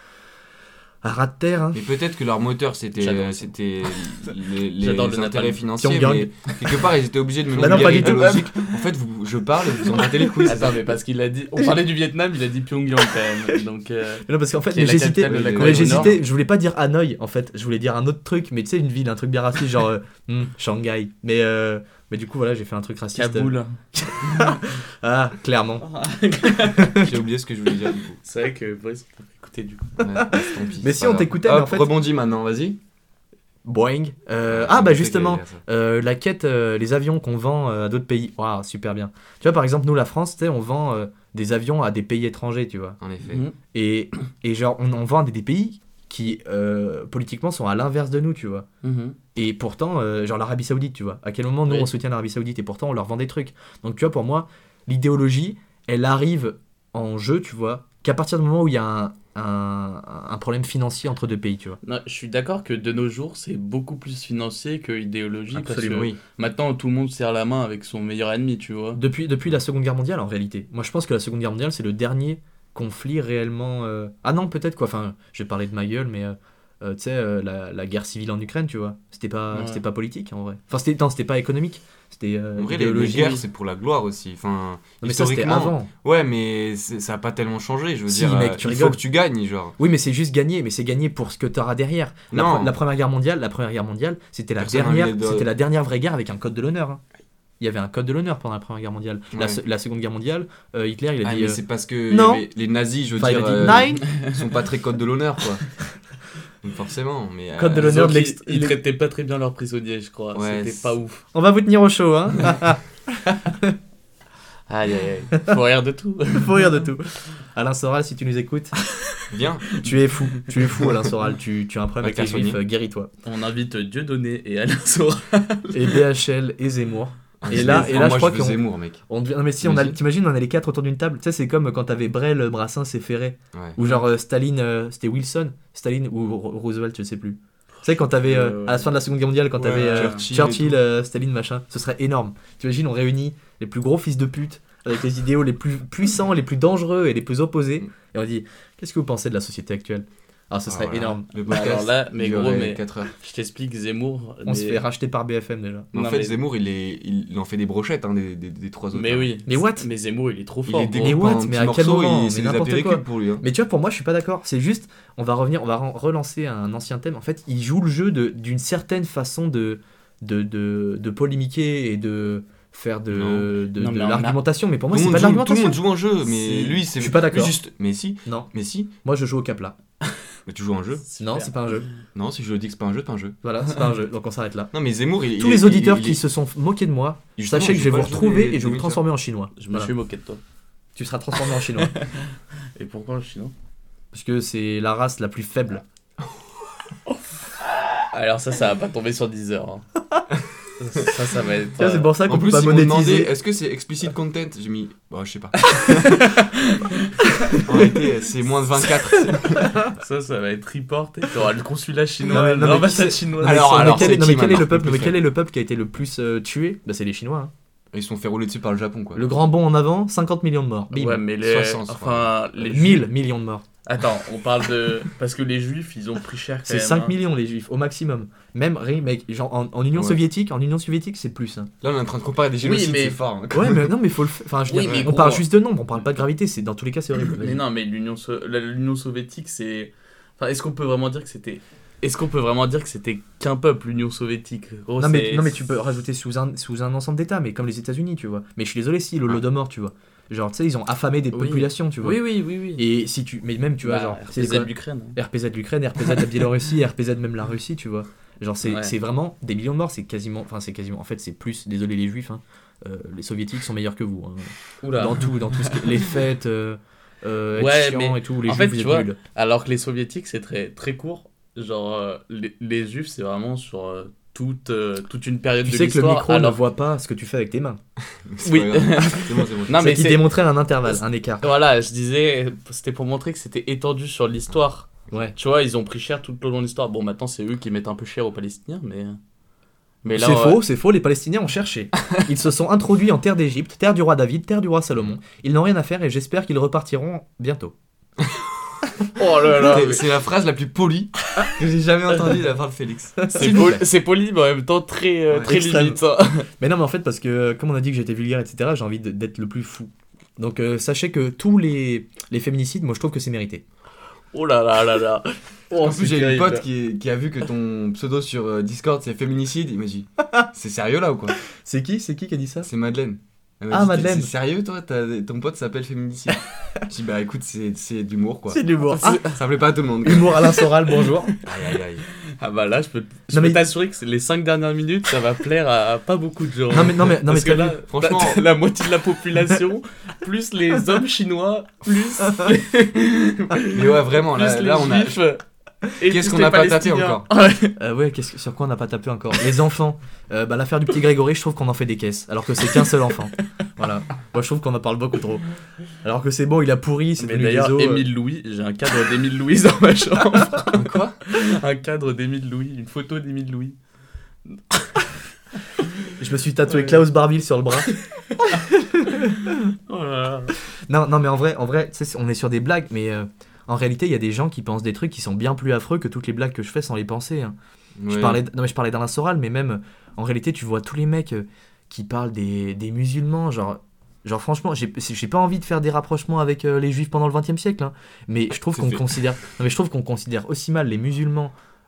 à ras de terre. Hein. Mais peut-être que leur moteur c'était J'adore euh, ça. c'était les, les J'adore le intérêts napalm. financiers, Pyongyang. mais quelque part ils étaient obligés de me Bah non, dire pas du tout. idéologique. En fait, vous, je parle et vous en battez les couilles. c'est ça. Attends, mais parce qu'il a dit. On parlait du Vietnam, il a dit Pyongyang quand même. Donc. euh, Non, parce qu'en fait, Qui est mais la j'hésitais. capitale de la mais Corée du j'hésitais, je voulais pas dire Hanoï en fait, je voulais dire un autre truc, mais tu sais, une ville, un truc bien raciste, genre euh, hmm, Shanghai. Mais, euh, mais du coup, voilà, j'ai fait un truc raciste. Kaboul. Ah, clairement. J'ai oublié ce que je voulais dire du coup. C'est vrai que Brice, on peut écouter du coup. Ouais, bah, tant pis, Mais c'est si pas on grave. t'écoutait, mais Hop, en fait- rebondis maintenant, vas-y. Boeing. Euh, Ah, ah, bah je sais justement, qu'il y a ça. euh, la quête, euh, les avions qu'on vend euh, à d'autres pays. Waouh, super bien. Tu vois, par exemple, nous, la France, tu sais, on vend euh, des avions à des pays étrangers, tu vois. En effet. Mhm. Et, et genre, on en vend à des, des pays qui, euh, politiquement, sont à l'inverse de nous, tu vois. Mhm. Et pourtant, euh, genre l'Arabie Saoudite, tu vois. À quel moment nous Oui. on soutient l'Arabie Saoudite et pourtant on leur vend des trucs. Donc tu vois, pour moi, l'idéologie, elle arrive en jeu, tu vois, qu'à partir du moment où il y a un, un, un problème financier entre deux pays, tu vois. Non, je suis d'accord que de nos jours, c'est beaucoup plus financier que idéologique. Absolument, parce que oui. maintenant, tout le monde serre la main avec son meilleur ennemi, tu vois. Depuis, depuis la Seconde Guerre mondiale, en réalité. Moi, je pense que la Seconde Guerre mondiale, c'est le dernier conflit réellement... euh, Ah non, peut-être quoi. Enfin, je vais parler de ma gueule, mais... Euh, euh, tu sais, euh, la, la guerre civile en Ukraine, tu vois. C'était pas, Ouais. c'était pas politique, en vrai. Enfin, c'était, non, c'était pas économique. C'était euh, En vrai, les, les idéologique. guerres, c'est pour la gloire aussi. Enfin, Non, mais ça, c'était historiquement, avant. ouais, mais c'est- ça a pas tellement changé. Je veux Si, dire, mec, euh, tu il rigoles. faut que tu gagnes, genre. Oui, mais c'est juste gagner, mais c'est gagner pour ce que t'auras derrière. La, Non. pre- la première guerre mondiale, la première guerre mondiale, c'était la Personne dernière, n'avait de- c'était la dernière vraie guerre avec un code de l'honneur. hein. Il y avait un code de l'honneur pendant la première guerre mondiale. La, Ouais. se- la seconde guerre mondiale, euh, Hitler, il a Ah, dit. mais euh, c'est parce que non. il y avait les nazis, je veux enfin, il dire, a dit euh, nine. ils sont pas très code de l'honneur, quoi. Donc forcément, mais. euh, Code de l'honneur de Sauf l'ex- qu'ils- Ils traitaient pas très bien leurs prisonniers, je crois. Ouais, C'était c'est- pas ouf. On va vous tenir au chaud, hein. Aïe, aïe, aïe. Faut rire de tout. Faut rire de tout. Alain Soral, si tu nous écoutes, Viens. tu es fou. Tu es fou, Alain Soral. Tu, tu as un problème avec Avec les un juifs, soigné. euh, guéris-toi. On invite Dieudonné et Alain Sora. Et B H L et Zemmour. Et C'est- là, et ah, là moi, je crois veux qu'on. Zemmour, mec. On devient... Non, mais si, on a... Imagine. t'imagines, on est les quatre autour d'une table. Tu sais, c'est comme quand t'avais Brel, Brassens et Ferré. Ouais. Ou genre euh, Staline, euh, c'était Wilson, Staline ou Ro- Roosevelt, je sais plus. Tu sais, quand t'avais, euh, Euh, à la fin de la Seconde Guerre mondiale, quand ouais, t'avais euh, Churchill Churchill, et tout. euh, Staline, machin, ce serait énorme. T'imagines, on réunit les plus gros fils de pute avec les idéaux les plus puissants, les plus dangereux et les plus opposés. Mm. Et on dit, qu'est-ce que vous pensez de la société actuelle? Ah, ce serait Ah, voilà. énorme. Le Bah, podcast, alors là, mais il gros, durerait mais- quatre heures. Je t'explique, Zemmour. On mais... se fait racheter par B F M déjà. Mais en Non, fait, mais- Zemmour, il, est, il, il en fait des brochettes, hein, des, des, des trois autres. Mais hein. oui. Mais what Mais Zemmour, il est trop Il fort. est gros. Mais découpé what en Mais petits à quel morceaux, moment il- Mais c'est des n'importe apéritifs quoi. pour lui. Hein. Mais tu vois, pour moi, je suis pas d'accord. C'est juste, on va revenir, on va ren- relancer un ancien thème. En fait, il joue le jeu de- d'une certaine façon de, de, de, de polémiquer et de faire de, Non. de, Non, de mais on a- l'argumentation. Mais pour moi, Tout c'est le pas de monde joue- tout le l'argumentation. monde joue un jeu, mais Si. lui, c'est. Je suis pas d'accord. lui, juste. Mais si, Non, mais si. moi je joue au Capla. Mais tu joues un jeu. Non, c'est pas un jeu. Non, si je dis que c'est pas un jeu, c'est pas un jeu. Voilà, c'est pas un jeu. Donc on s'arrête là. Non, mais Zemmour, il. Tous il- les il- auditeurs il- qui il- se sont moqués de moi, Justement, sachez que je vais joue vous pas le jeu retrouver des- et je vais des vous médias. transformer en chinois. Je me Voilà. suis moqué de toi. Tu seras transformé en chinois. Et pourquoi le chinois? Parce que c'est la race la plus faible. Alors ça, ça va pas tomber sur dix heures. hein. ça, ça va être... Tu vois, c'est pour ça qu'on En peut plus, pas ils m'ont demandé monétiser. est-ce que c'est explicit content. J'ai mis. Bah, je sais pas. En réalité, c'est moins de vingt-quatre. Ça, ça va être reporté. T'auras le consulat Non, chinois, mais- non, mais l'ambassade qui chinoise. Alors, Non, mais alors, quel c'est est- non, mais qui quel est le maintenant, peuple le mais plus quel est le peuple qui a été le plus euh, tué? Bah, c'est les Chinois. hein. Ils se sont fait rouler dessus par le Japon, quoi. Le grand bond en avant, cinquante millions de morts. Bim. Ouais, mais les... soixante, je Enfin, les mille juifs... millions de morts. Attends, on parle de... Parce que les juifs, ils ont pris cher quand C'est même. cinq hein. millions les juifs, au maximum. Même, ré- mec, genre en, en Union Ouais. soviétique, en Union soviétique, c'est plus. hein. Là, on est en train de comparer des génocides, mais- c'est fort. hein. Ouais, mais non, mais faut le faire. Enfin, je veux Oui, dire, mais on gros. parle juste de nombre, on parle pas de gravité. C'est dans tous les cas, c'est horrible. Mais Vas-y. non, mais l'Union so- la- l'Union soviétique, c'est... Enfin, est-ce qu'on peut vraiment dire que c'était... Est-ce qu'on peut vraiment dire que c'était qu'un peuple, l'Union soviétique? Gros, Non mais, c'est- non mais tu peux rajouter sous un, sous un ensemble d'États, mais comme les États-Unis, tu vois. Mais je suis désolé si l'Holodomor, tu vois. Genre, tu sais, ils ont affamé des Oui. populations, tu vois. Oui, oui, oui, oui. Et si tu, mais même, tu vois, Bah, genre, R P c'est Z quoi l'Ukraine. hein. R P Z de l'Ukraine, R P Z de la Biélorussie, R P Z même la Russie, tu vois. Genre, c'est Ouais. c'est vraiment des millions de morts, c'est quasiment, enfin, c'est quasiment, en fait, c'est plus, désolé les juifs, hein, euh, les soviétiques sont meilleurs que vous. hein. Oula. Dans tout, dans tout ce qui les fêtes, euh, euh, être Ouais, chiant mais et tout, les en juifs, fait, vous tu êtes vois, nuls. Alors que les soviétiques, c'est très, très court. Genre, euh, les, les juifs, c'est vraiment sur euh, toute, euh, toute une période Tu de sais que le l'histoire. micro alors... ne voit pas ce que tu fais avec tes mains. C'est Oui. pas grave. C'est bon, c'est bon. Non, mais C'est qu'il c'est... démontrait un intervalle, un écart. Voilà, je disais, c'était pour montrer que c'était étendu sur l'histoire. Ouais. Tu vois, ils ont pris cher tout le long de l'histoire. Bon, maintenant, c'est eux qui mettent un peu cher aux Palestiniens, mais... mais là, C'est ouais. faux, c'est faux, les Palestiniens ont cherché. Ils se sont introduits en terre d'Égypte, terre du roi David, terre du roi Salomon. Ils n'ont rien à faire et j'espère qu'ils repartiront bientôt. Oh là là, C'est- mais- C'est la phrase la plus polie que j'ai jamais entendue de la part de Félix. C'est S'il vous poli, plaît. c'est poli, mais en même temps très, euh, Ouais, très extrême. limite. hein. Mais non, mais en fait, parce que comme on a dit que j'étais vulgaire, et cetera, j'ai envie de- d'être le plus fou. Donc euh, sachez que tous les, les féminicides, moi je trouve que c'est mérité. Oh là là là là. Oh, En plus, c'est j'ai une terrible. pote qui, est- qui a vu que ton pseudo sur euh, Discord c'est féminicide. Il m'a dit c'est sérieux là ou quoi? C'est qui C'est qui qui a dit ça? C'est Madeleine. Elle m'a Ah, dit, Madeleine. C'est sérieux toi? T'as- Ton pote s'appelle féminicide. Je dis bah écoute, c'est c'est d'humour quoi. C'est de l'humour. Ah, Ça plaît pas à tout le monde. quoi. humour Alain Soral, bonjour. Aïe aïe aïe. Ah bah là, je peux, je Non, peux mais- t'assurer que c'est les cinq dernières minutes, ça va plaire à, à pas beaucoup de gens. Non mais, non mais, non mais Parce que t'as là, vu- franchement- t'as- t'as la moitié de la population, plus les hommes chinois, plus, Mais ouais, vraiment, plus là, les là on a. juifs. et Qu'est-ce plus qu'on les n'a pas tapé Palestiniens. Euh, ouais, qu'est-ce que- sur quoi on n'a pas tapé encore? Les enfants. Euh, bah, l'affaire du petit Grégory, je trouve qu'on en fait des caisses, alors que c'est qu'un seul enfant. Voilà. Moi, je trouve qu'on en parle beaucoup trop. Alors que c'est bon, il a pourri, c'est Mais devenu d'ailleurs, des os, euh. Émile Louis, j'ai un cadre d'Émile Louis dans ma chambre. Un quoi? Un cadre d'Émile Louis, une photo d'Émile Louis. Je me suis tatoué Ouais. Klaus Barbie sur le bras. Oh là là. Non, non, mais en vrai, en vrai, tu sais, on est sur des blagues, mais euh, en réalité, il y a des gens qui pensent des trucs qui sont bien plus affreux que toutes les blagues que je fais sans les penser. Hein. Je Ouais. parlais, d- non, mais je parlais d'Alain Soral, mais même euh, en réalité, tu vois tous les mecs euh, qui parlent des, des musulmans, genre. Genre franchement, j'ai j'ai pas envie de faire des rapprochements avec euh, les juifs pendant le vingtième siècle, hein, mais je trouve C'est qu'on fait. considère, non mais je trouve qu'on considère aussi mal les musulmans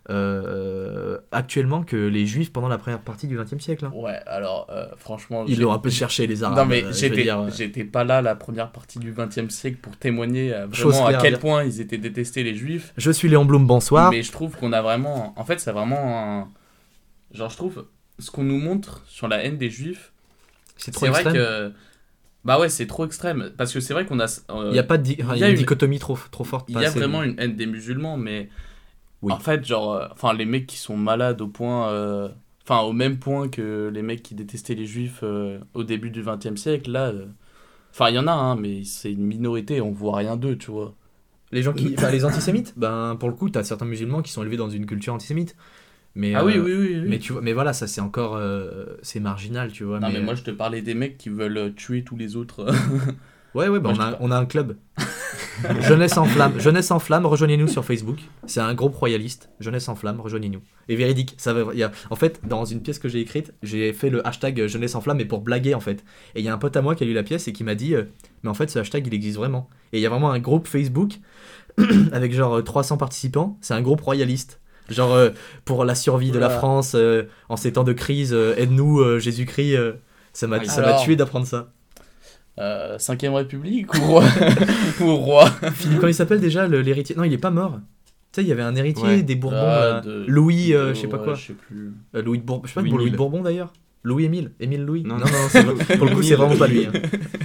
euh, actuellement que les juifs pendant la première partie du vingtième siècle. Hein. Ouais, alors euh, franchement. Ils j'ai- l'ont un peu cherché les Arabes. Non, mais euh, je veux j'étais dire, euh, j'étais pas là la première partie du vingtième siècle pour témoigner euh, Chose vraiment à claire à quel dire. point ils étaient détestés les juifs. Je suis Léon Blum, bonsoir. Mais je trouve qu'on a vraiment. En fait, c'est vraiment un. Genre, je trouve ce qu'on nous montre sur la haine des juifs, C'est trop c'est vrai extrême. que. Bah ouais, c'est trop extrême. Parce que c'est vrai qu'on a. euh, Il n'y a pas de di- enfin, il y a y a une une- dichotomie trop, trop forte. Il pas y a assez- vraiment une haine des musulmans, mais Oui. en fait, genre, euh, enfin, les mecs qui sont malades au point, euh, enfin, au même point que les mecs qui détestaient les juifs euh, au début du vingtième siècle, là, euh, enfin, il y en a, hein, mais c'est une minorité, on voit rien d'eux, tu vois. Les gens qui, enfin, les antisémites, ben pour le coup, t'as certains musulmans qui sont élevés dans une culture antisémite. Mais Ah euh, oui, oui, oui. oui. Mais tu vois, mais voilà, ça c'est encore, euh, c'est marginal, tu vois. Non, mais, mais, moi, je te parlais des mecs qui veulent euh, tuer tous les autres. ouais, ouais, bah, moi, on je a, te- on a un club. Jeunesse en flamme, Jeunesse en flamme, rejoignez-nous sur Facebook. C'est un groupe royaliste. Jeunesse en flamme, rejoignez-nous. Et véridique, ça va. Il y a, en fait, dans une pièce que j'ai écrite, j'ai fait le hashtag Jeunesse en flamme, mais pour blaguer en fait. Et il y a un pote à moi qui a lu la pièce et qui m'a dit, euh, mais en fait, ce hashtag il existe vraiment. Et il y a vraiment un groupe Facebook avec genre euh, trois cents participants. C'est un groupe royaliste. Genre euh, pour la survie de la Oula. France euh, en ces temps de crise, euh, aide-nous euh, Jésus-Christ. euh, ça m'a, Aïe. ça m'a Alors. tué d'apprendre ça. Euh, Cinquième République ou roi, ou roi. Philippe, comment il s'appelle déjà le- l'héritier? Non, il est pas mort. Tu sais, il y avait un héritier Ouais. des Bourbons, Ah, là. de- Louis, euh, de- je sais pas ouais, quoi. Je sais plus. Euh, Louis de Bourbon, je sais pas Louis pour Louis de Mille. Bourbon d'ailleurs. Louis Émile, Émile Louis. Non, Non, non. non, c'est pas- pour le coup, c'est Émile. vraiment pas lui. hein.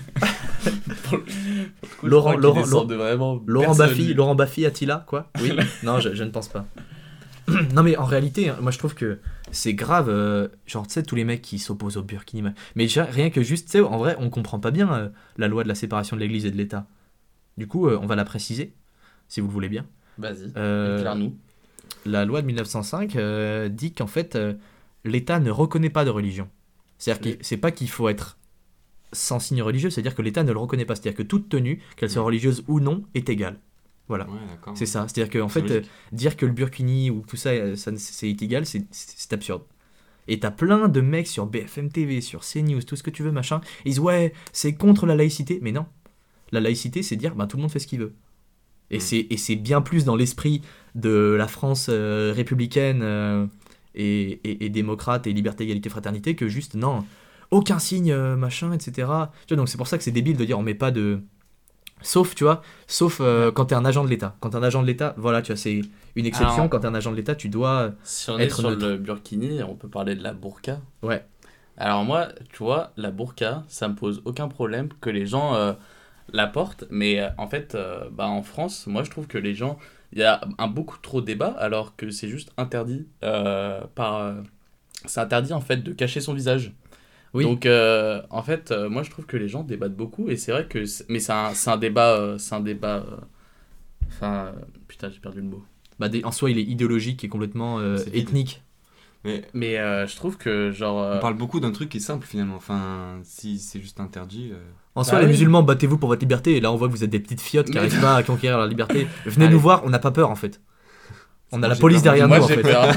Pour le coup, je Laurent- crois qu'il Laurent- descend de vraiment Laurent personne, Baffy, lui. Laurent Baffy, Attila, quoi? Oui. Non, je, je ne pense pas. Non, mais en réalité, hein, moi je trouve que c'est grave. euh, genre, tu sais, tous les mecs qui s'opposent au burkini. Mais déjà, rien que juste, tu sais, en vrai, on comprend pas bien euh, la loi de la séparation de l'Église et de l'État. Du coup, euh, on va la préciser, si vous le voulez bien. Vas-y, Euh, éclaire-nous. La loi de mille neuf cent cinq euh, dit qu'en fait, euh, l'État ne reconnaît pas de religion. C'est-à-dire que c'est pas qu'il faut être sans signe religieux, c'est-à-dire que l'État ne le reconnaît pas. C'est-à-dire que toute tenue, qu'elle soit religieuse ou non, est égale. Voilà. Ouais, d'accord. C'est ça. C'est-à-dire qu'en C'est fait, euh, logique. dire que le burkini ou tout ça, euh, ça ne- c'est égal, c'est c'est- c'est absurde. Et t'as plein de mecs sur B F M T V, sur CNews, tout ce que tu veux, machin. Ils disent ouais, c'est contre la laïcité. Mais non. La laïcité, c'est dire bah, tout le monde fait ce qu'il veut. Et Mm. c'est et c'est bien plus dans l'esprit de la France euh, républicaine euh, et, et- et démocrate et liberté, égalité, fraternité que juste non, aucun signe, euh, machin, et cetera. Tu vois, donc c'est pour ça que c'est débile de dire on met pas de. Sauf, tu vois, sauf euh, quand t'es un agent de l'État. Quand t'es un agent de l'État, voilà, tu vois, c'est une exception. Alors- Quand t'es un agent de l'État, tu dois. Si on être est sur neutre. le burkini, on peut parler de la burqa. Ouais. Alors moi, tu vois, la burqa, ça me pose aucun problème que les gens euh, la portent. Mais euh, en fait, euh, bah, en France, moi je trouve que les gens... Il y a un beaucoup trop de débat alors que c'est juste interdit euh, par... euh, c'est interdit en fait de cacher son visage. Oui. Donc euh, en fait, euh, moi je trouve que les gens débattent beaucoup et c'est vrai que... c'est- Mais c'est un, c'est un débat... euh, c'est un débat... euh, Enfin... euh, putain, j'ai perdu le mot. Bah, des- en soi, il est idéologique et complètement euh, C'est vide. ethnique. Mais Mais euh, je trouve que genre... euh, on parle beaucoup d'un truc qui est simple finalement. Enfin, si c'est juste interdit. euh, En Bah soi, les oui. musulmans, battez-vous pour votre liberté. Et là, on voit que vous êtes des petites fiottes qui Mais- n'arrivent pas à conquérir leur liberté. Venez Allez. nous voir, on n'a pas peur en fait. On a Moi, la j'ai police peur. derrière moi nous en j'ai fait. peur.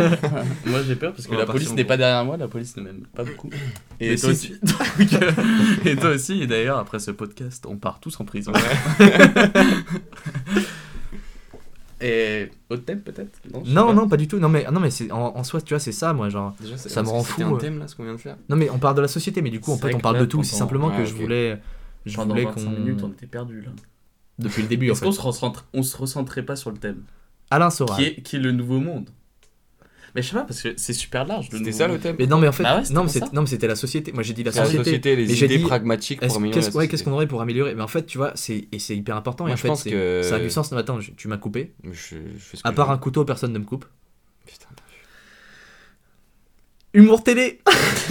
Moi j'ai peur parce que On va la partir police en n'est cours. pas derrière moi, la police ne m'aime pas beaucoup. Et Mais toi si, aussi. Donc, euh, et toi aussi, et d'ailleurs après ce podcast, on part tous en prison. Et autre thème peut-être je sais Non, pas. non, pas du tout. Non, mais, non, mais c'est, en, en soi, tu vois, c'est ça, moi. Genre, Déjà, c'est- Ça me est-ce rend que c'était fou, un euh. thème là, ce qu'on vient de faire. non, mais on parle de la société, mais du coup, en C'est fait, vrai on que parle là, de tout. C'est pendant- simplement que ouais, je ok. voulais. Je Pendant voulais vingt-cinq qu'on. minutes, on était perdus là. Depuis le début, en Est-ce fait. qu'on se recentre, on se recentrait pas sur le thème Alain Soral. qui est, qui est le nouveau monde? Mais je sais pas, parce que c'est super large le C'était nouveau ça le monde. thème. Mais non, mais en fait, Bah ouais, c'était non, mais pour c'était, ça. non, mais c'était la société. Moi, j'ai dit la C'est la société. société, mais les j'ai idées dit, pragmatiques Est-ce- pour améliorer qu'est-ce, la ouais, qu'est-ce société. qu'on aurait pour améliorer? Mais en fait, tu vois, c'est, et c'est hyper important. Moi, et en je fait, pense c'est, que- ça a du sens. Non, attends, je- tu m'as coupé. Je, je fais ce que À je part veux. un couteau, personne ne me coupe. Putain, Humour télé.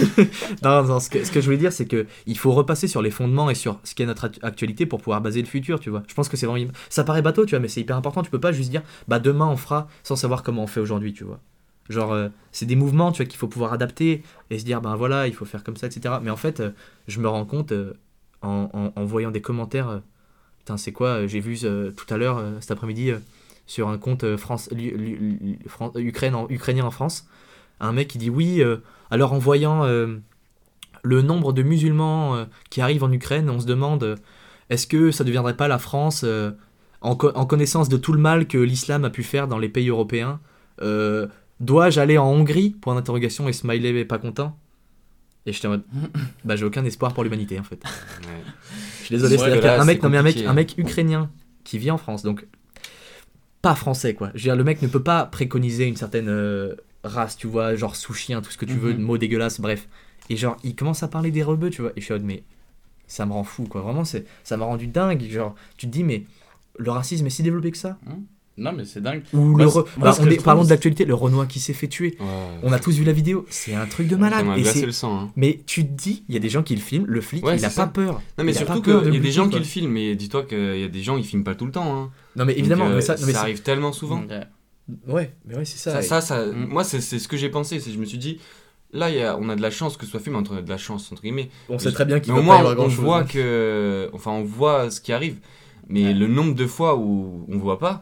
non, non, ce que, ce que je voulais dire, c'est que il faut repasser sur les fondements et sur ce qu'est notre act- actualité pour pouvoir baser le futur, tu vois. Je pense que c'est vraiment... Ça paraît bateau, tu vois, mais c'est hyper important. Tu peux pas juste dire, bah demain on fera sans savoir comment on fait aujourd'hui, tu vois. Genre, euh, c'est des mouvements, tu vois, qu'il faut pouvoir adapter et se dire, ben voilà, il faut faire comme ça, et cetera. Mais en fait, euh, je me rends compte, euh, en, en, en voyant des commentaires, euh, putain, c'est quoi, euh, j'ai vu euh, tout à l'heure, euh, cet après-midi, euh, sur un compte euh, France, lu- lu- lu- Fran- Ukraine en, ukrainien en France, un mec qui dit oui, euh, alors en voyant euh, le nombre de musulmans euh, qui arrivent en Ukraine, on se demande euh, est-ce que ça ne deviendrait pas la France, euh, en, co- en connaissance de tout le mal que l'islam a pu faire dans les pays européens, euh, dois-je aller en Hongrie pour une interrogation et Smiley est pas content. Et j'étais en mode bah j'ai aucun espoir pour l'humanité en fait. Ouais. Je suis désolé, Ouais, c'est-à-dire là, qu'un mec, c'est non mais un mec, compliqué, un mec ukrainien qui vit en France, donc pas français quoi. Je veux dire, le mec ne peut pas préconiser une certaine euh, race, tu vois, genre sous-chien, tout ce que tu veux, Mhm. mots dégueulasses, bref. Et genre, il commence à parler des rebeux, tu vois. Et je suis en mode, mais ça me rend fou quoi. Vraiment, c'est, ça m'a rendu dingue. Genre, tu te dis, mais le racisme est si développé que ça. Non, mais c'est dingue. Ou Moi, le c'est- re- moi, bah, ce on que est, je trouve, parlons de c'est- l'actualité, le Renoir qui s'est fait tuer. Ouais. On a tous vu la vidéo, c'est un truc de malade. Ça m'a Et glacé c'est- le sang. Hein. Mais tu te dis, il y a des gens qui le filment, le flic, Ouais, il a c'est pas ça. peur. Non, mais Il a surtout pas peur qu'il de y a des le gens buter, qui quoi. le filment, mais dis-toi qu'il y a des gens, ils filment pas tout le temps. Hein. Non, mais évidemment, Donc, euh, mais ça, non, mais ça c'est- arrive tellement souvent. Ouais. Ouais, mais ouais, c'est ça. Ça, et- ça, ça- Mm. moi, c'est c'est ce que j'ai pensé. C'est je me suis dit, là, il y a, on a de la chance que ce soit filmé, entre de la chance, entre guillemets. on sait très bien qu'il Mais va au pas y moins, avoir on, on grand chose. voit que. Enfin, on voit ce qui arrive. Mais Ouais. le nombre de fois où on voit pas,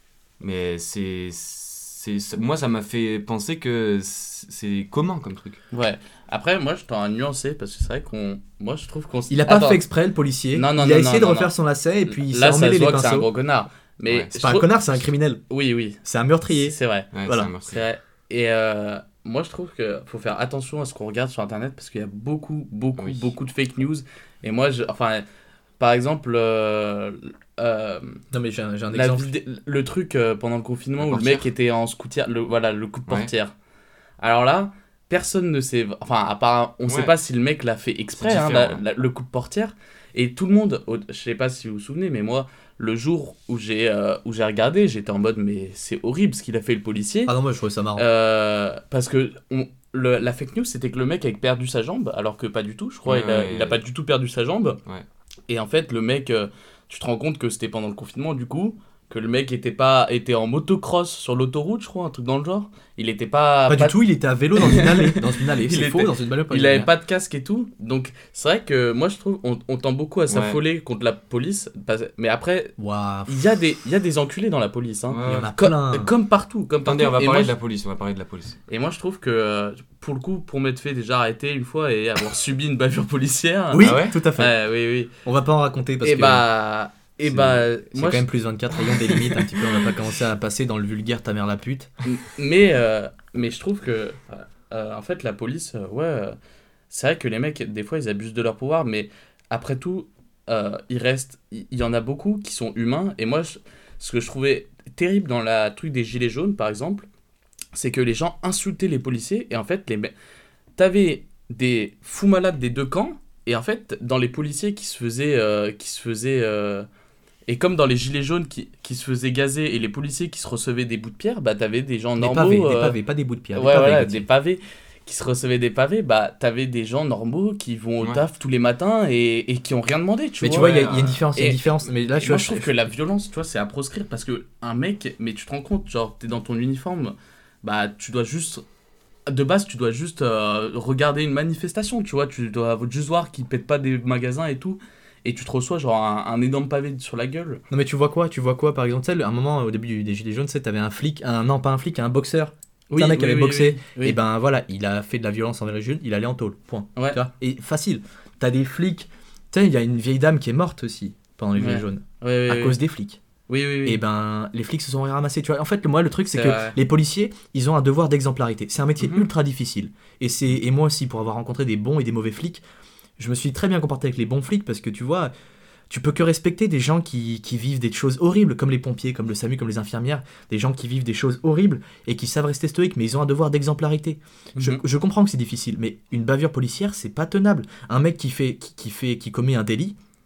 mais c'est. c'est c'est- moi, ça m'a fait penser que c'est c'est commun comme truc. Ouais. Après, moi, je t'en ai nuancé parce que c'est vrai qu'on. Moi, je trouve qu'on. s- Il a pas Attends. fait exprès, le policier. Non, non, il a non, essayé non, de non, refaire non. son lacet et puis il s'est Là, ça se emmêlé les voit que c'est un pinceaux. gros connard. Mais Ouais. C'est je pas un trouve- connard, c'est un criminel. Oui, oui. C'est un meurtrier. C'est vrai. Ouais, Voilà. c'est un meurtrier. C'est vrai. Et euh, moi, je trouve qu'il faut faire attention à ce qu'on regarde sur Internet parce qu'il y a beaucoup, beaucoup, Oui. beaucoup de fake news. Et moi, je, enfin, par exemple, euh, euh, Non, mais j'ai un, j'ai un la exemple. vidé- le truc euh, pendant le confinement La où le portière. mec était en scoutière, le, voilà, le coup de Ouais. portière. Alors là, personne ne sait, enfin, à part, on ne sait Ouais. pas si le mec l'a fait exprès, C'est hein, différent, la- ouais. la- le coup de portière. Et tout le monde, au- je sais pas si vous vous souvenez, mais moi, le jour où j'ai euh, où j'ai regardé, j'étais en mode, mais c'est horrible ce qu'il a fait le policier. Ah non, moi je trouvais ça marrant. Euh, parce que on- le- la fake news, c'était que le mec avait perdu sa jambe, alors que pas du tout, je crois, Ouais, il, a, ouais, il a ouais. pas du tout perdu sa jambe. Ouais. Et en fait, le mec, euh, tu te rends compte que c'était pendant le confinement, du coup, que le mec était, pas, était en motocross sur l'autoroute, je crois, un truc dans le genre. Il était pas... pas, du tout, il était à vélo dans une allée. Dans une allée, Il c'est était- faux, dans une balle. Il avait pas de casque et tout. Donc, c'est vrai que moi, je trouve, on, on tend beaucoup à s'affoler contre la police. parce- Mais après, Waouh. il y, a des- il y a des enculés dans la police. Hein. Il y en a Comme, plein. comme partout. Comme Attendez, on partout. va Et parler moi, de la police. On va parler de la police. Et moi, je trouve que, euh, pour le coup, pour m'être fait déjà arrêter une fois et avoir subi une bavure policière. Oui, Ah ouais tout à fait. Ouais, oui, oui. On va pas en raconter parce Et que bah. Et c'est- bah. c'est Moi, quand même plus vingt-quatre, ayons des limites un petit peu. On va pas commencer à passer dans le vulgaire ta mère la pute. je- mais, euh, mais je trouve que. euh, en fait, la police, euh, ouais. euh, c'est vrai que les mecs, des fois, ils abusent de leur pouvoir, mais après tout, euh, il reste. Il il y en a beaucoup qui sont humains. Et moi, je- ce que je trouvais terrible dans la truc des gilets jaunes, par exemple, c'est que les gens insultaient les policiers. Et en fait, les me- t'avais des fous malades des deux camps. Et en fait, dans les policiers qui se faisaient. euh, qui se faisaient euh, et comme dans les gilets jaunes qui, qui se faisaient gazer et les policiers qui se recevaient des bouts de pierre, bah t'avais des gens Des normaux. pavés, des euh, pavés, pas des bouts de pierre. ouais, des pavés, voilà, Gauthier. des pavés qui se recevaient des pavés, bah t'avais des gens normaux qui vont au Ouais. taf tous les matins et, et qui ont rien demandé, tu Mais vois. tu vois, il y, a- ouais, il y a une différence. Il y a une Et- différence. Mais là, Et tu moi, vois, je trouve que la violence, tu vois, c'est à proscrire parce que un mec, mais tu te rends compte, genre, t'es dans ton uniforme, bah, tu dois juste. De base, tu dois juste euh, regarder une manifestation, tu vois, tu dois juste voir qu'ils pètent pas des magasins et tout, et tu te reçois genre un, un énorme pavé sur la gueule. Non mais tu vois quoi Tu vois quoi par exemple, tu sais, à un moment au début du- des Gilets jaunes, tu sais, t'avais un flic, un non pas un flic, un boxeur. Oui, un mec oui, avait oui, boxé, oui, oui. et ben voilà, il a fait de la violence envers les jeunes, il allait en tôle, point. Ouais. Tu vois et facile. T'as des flics, tu sais, il y a une vieille dame qui est morte aussi pendant les Ouais. Gilets jaunes, Ouais, ouais, à ouais. cause des flics. Oui, oui, oui. Et ben les flics se sont ramassés, tu vois. En fait, moi le truc c'est C'est que vrai. les policiers, ils ont un devoir d'exemplarité. C'est un métier Mhm. ultra difficile. Et c'est et moi aussi pour avoir rencontré des bons et des mauvais flics, je me suis très bien comporté avec les bons flics parce que tu vois, tu peux que respecter des gens qui, qui vivent des choses horribles, comme les pompiers, comme le SAMU, comme les infirmières, des gens qui vivent des choses horribles et qui savent rester stoïques, mais ils ont un devoir d'exemplarité. Je, Mhm. je comprends que c'est difficile, mais une bavure policière, c'est pas tenable. Un mec qui fait, qui, qui fait, qui commet un délit,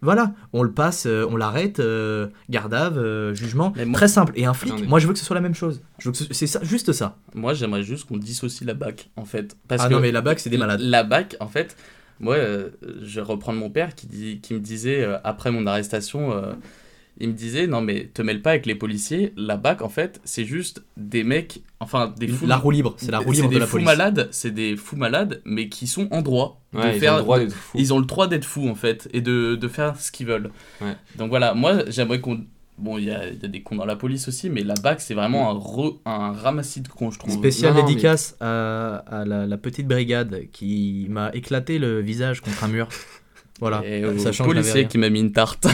Voilà, on le passe, euh, on l'arrête, euh, garde à vue, euh, jugement, Mais moi- très simple. Et un flic, Attendez. moi je veux que ce soit la même chose. Je veux que ce- c'est ça, juste ça. Moi, j'aimerais juste qu'on dissocie la B A C, en fait. Parce ah que non, mais la B A C, c'est des malades. La B A C, en fait, moi, euh, je vais reprendre mon père qui, dit, qui me disait, euh, après mon arrestation, euh, il me disait, non mais te mêle pas avec les policiers, la B A C, en fait, c'est juste des mecs, enfin, des fous... La roue libre, c'est la roue libre de des la fous police. malades, c'est des fous malades, mais qui sont en droit de Ouais, ils faire... ont le droit d'être fous. Ils ont le droit d'être fous, en fait, et de, de faire ce qu'ils veulent. Ouais. Donc voilà, moi, j'aimerais qu'on... Bon, il y a, il y a des cons dans la police aussi, mais la B A C, c'est vraiment un, re- un ramassis de cons, je trouve. Spécial Non, non, dédicace à, à la, la petite brigade qui m'a éclaté le visage contre un mur. Voilà, Et au sachant que j'avais policier rien. qui m'a mis une tarte.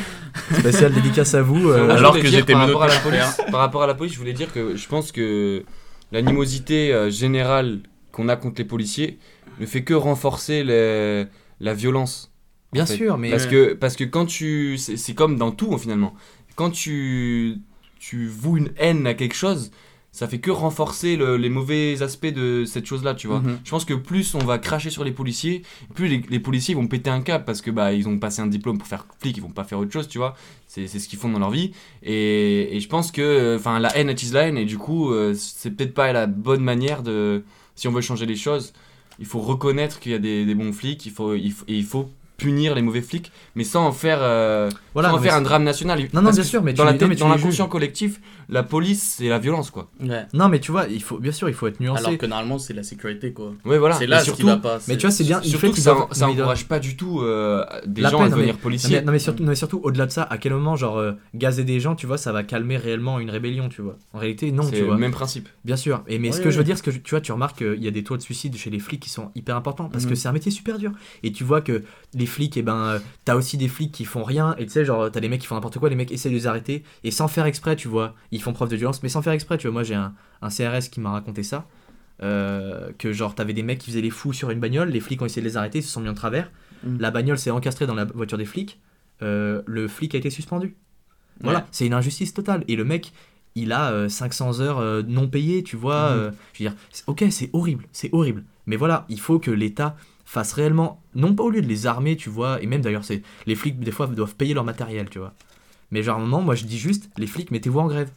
Spécial dédicace à vous. euh, Moi, je Alors voulais que dire, j'étais par menotté rapport, à la par police, par rapport à la police, je voulais dire que je pense que l'animosité euh, générale qu'on a contre les policiers ne fait que renforcer les- la violence. en Bien fait. sûr, mais Parce que, parce que quand tu... C'est c'est comme dans tout, finalement. Quand tu, tu voues une haine à quelque chose, ça fait que renforcer le- les mauvais aspects de cette chose-là, tu vois. Mhm. Je pense que plus on va cracher sur les policiers, plus les, les policiers vont péter un câble parce que bah ils ont passé un diplôme pour faire flic, ils vont pas faire autre chose, tu vois. C'est c'est ce qu'ils font dans leur vie. Et, et je pense que enfin la haine attise la haine et du coup euh, c'est peut-être pas la bonne manière de si on veut changer les choses. Il faut reconnaître qu'il y a des, des bons flics, il faut, il faut, et il faut punir les mauvais flics, mais sans en faire, euh, voilà. sans en non, faire mais un drame national. Non, non, Parce bien que sûr, mais dans tu la les- tête- non, mais tu dans les l'inconscient juges. collectif, la police c'est la violence quoi. Ouais. Non, mais tu vois, il faut, bien sûr, il faut être nuancé. Alors que normalement, c'est la sécurité, quoi. Ouais voilà. C'est là Et ce qui surtout, va pas. Mais tu vois, c'est bien. il fait surtout que qu'ils ça, doivent- ça mais ils doivent- encourage pas du tout euh, des La gens peine, à non, devenir Non, policiers. mais, non, mais surtout, non, mais surtout, au-delà de ça, à quel moment, genre, euh, gazer des gens, tu vois, ça va calmer réellement une rébellion, tu vois. En réalité, non, C'est tu vois. le même principe. Bien sûr. Et, mais ce Ouais, que je veux ouais. dire, ce que je- tu vois, tu remarques qu'il y a des taux de suicide chez les flics qui sont hyper importants parce que Mhm. c'est un métier super dur. Et tu vois que les flics, et ben, euh, t'as aussi des flics qui font rien. Et tu sais, genre, t'as des mecs qui font n'importe quoi, les mecs essaient de les arrêter et sans faire exprès, tu vois. Ils font preuve de violence, mais sans faire exprès, tu vois. Moi, j'ai un, un C R S qui m'a raconté ça. euh, que genre, t'avais des mecs qui faisaient les fous sur une bagnole, les flics ont essayé de les arrêter, ils se sont mis en travers. Mhm. La bagnole s'est encastrée dans la voiture des flics. euh, le flic a été suspendu. Voilà, Ouais. c'est une injustice totale. Et le mec, il a euh, cinq cents heures euh, non payées, tu vois. Mhm. euh, je veux dire, c'est- ok, c'est horrible, c'est horrible. Mais voilà, il faut que l'État fasse réellement, non pas au lieu de les armer, tu vois, et même d'ailleurs, c'est les flics, des fois, doivent payer leur matériel, tu vois. Mais genre, à un moment, moi, je dis juste, les flics, mettez-vous en grève.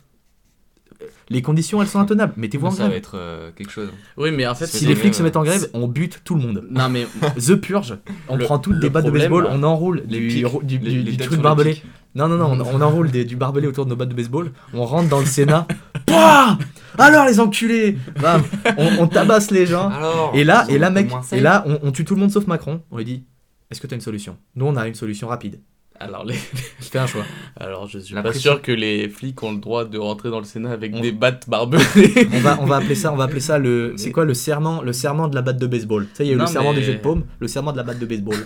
Les conditions, elles sont intenables, mettez-vous en Ça va grève. être euh, quelque chose. Oui, mais en fait, Si Si c'est les vrai, flics se euh, mettent en grève, on bute tout le monde. non mais The Purge, on Le- prend toutes le des battes de problème, baseball, là, on enroule les du, pics, du, les- du- les du têtes truc sur les barbelé. pics. Non, non, non, on, on enroule des- du barbelé autour de nos battes de baseball, on rentre dans le Sénat. Pouah Alors les enculés Bam on, on tabasse les gens. Alors, Et là, ils et ont là un peu mec, moins et safe. là on, on tue tout le monde sauf Macron. On lui dit, est-ce que tu as une solution? Nous on a une solution rapide. alors les Fais un choix. alors je suis La pas pression. sûr que les flics ont le droit de rentrer dans le Sénat avec On- des battes barbelées. On va, on va appeler ça, on va appeler ça le, c'est quoi le serment, le serment de la batte de baseball. Tu sais, il y a eu Non, le serment mais- des jeux de paume, le serment de la batte de baseball.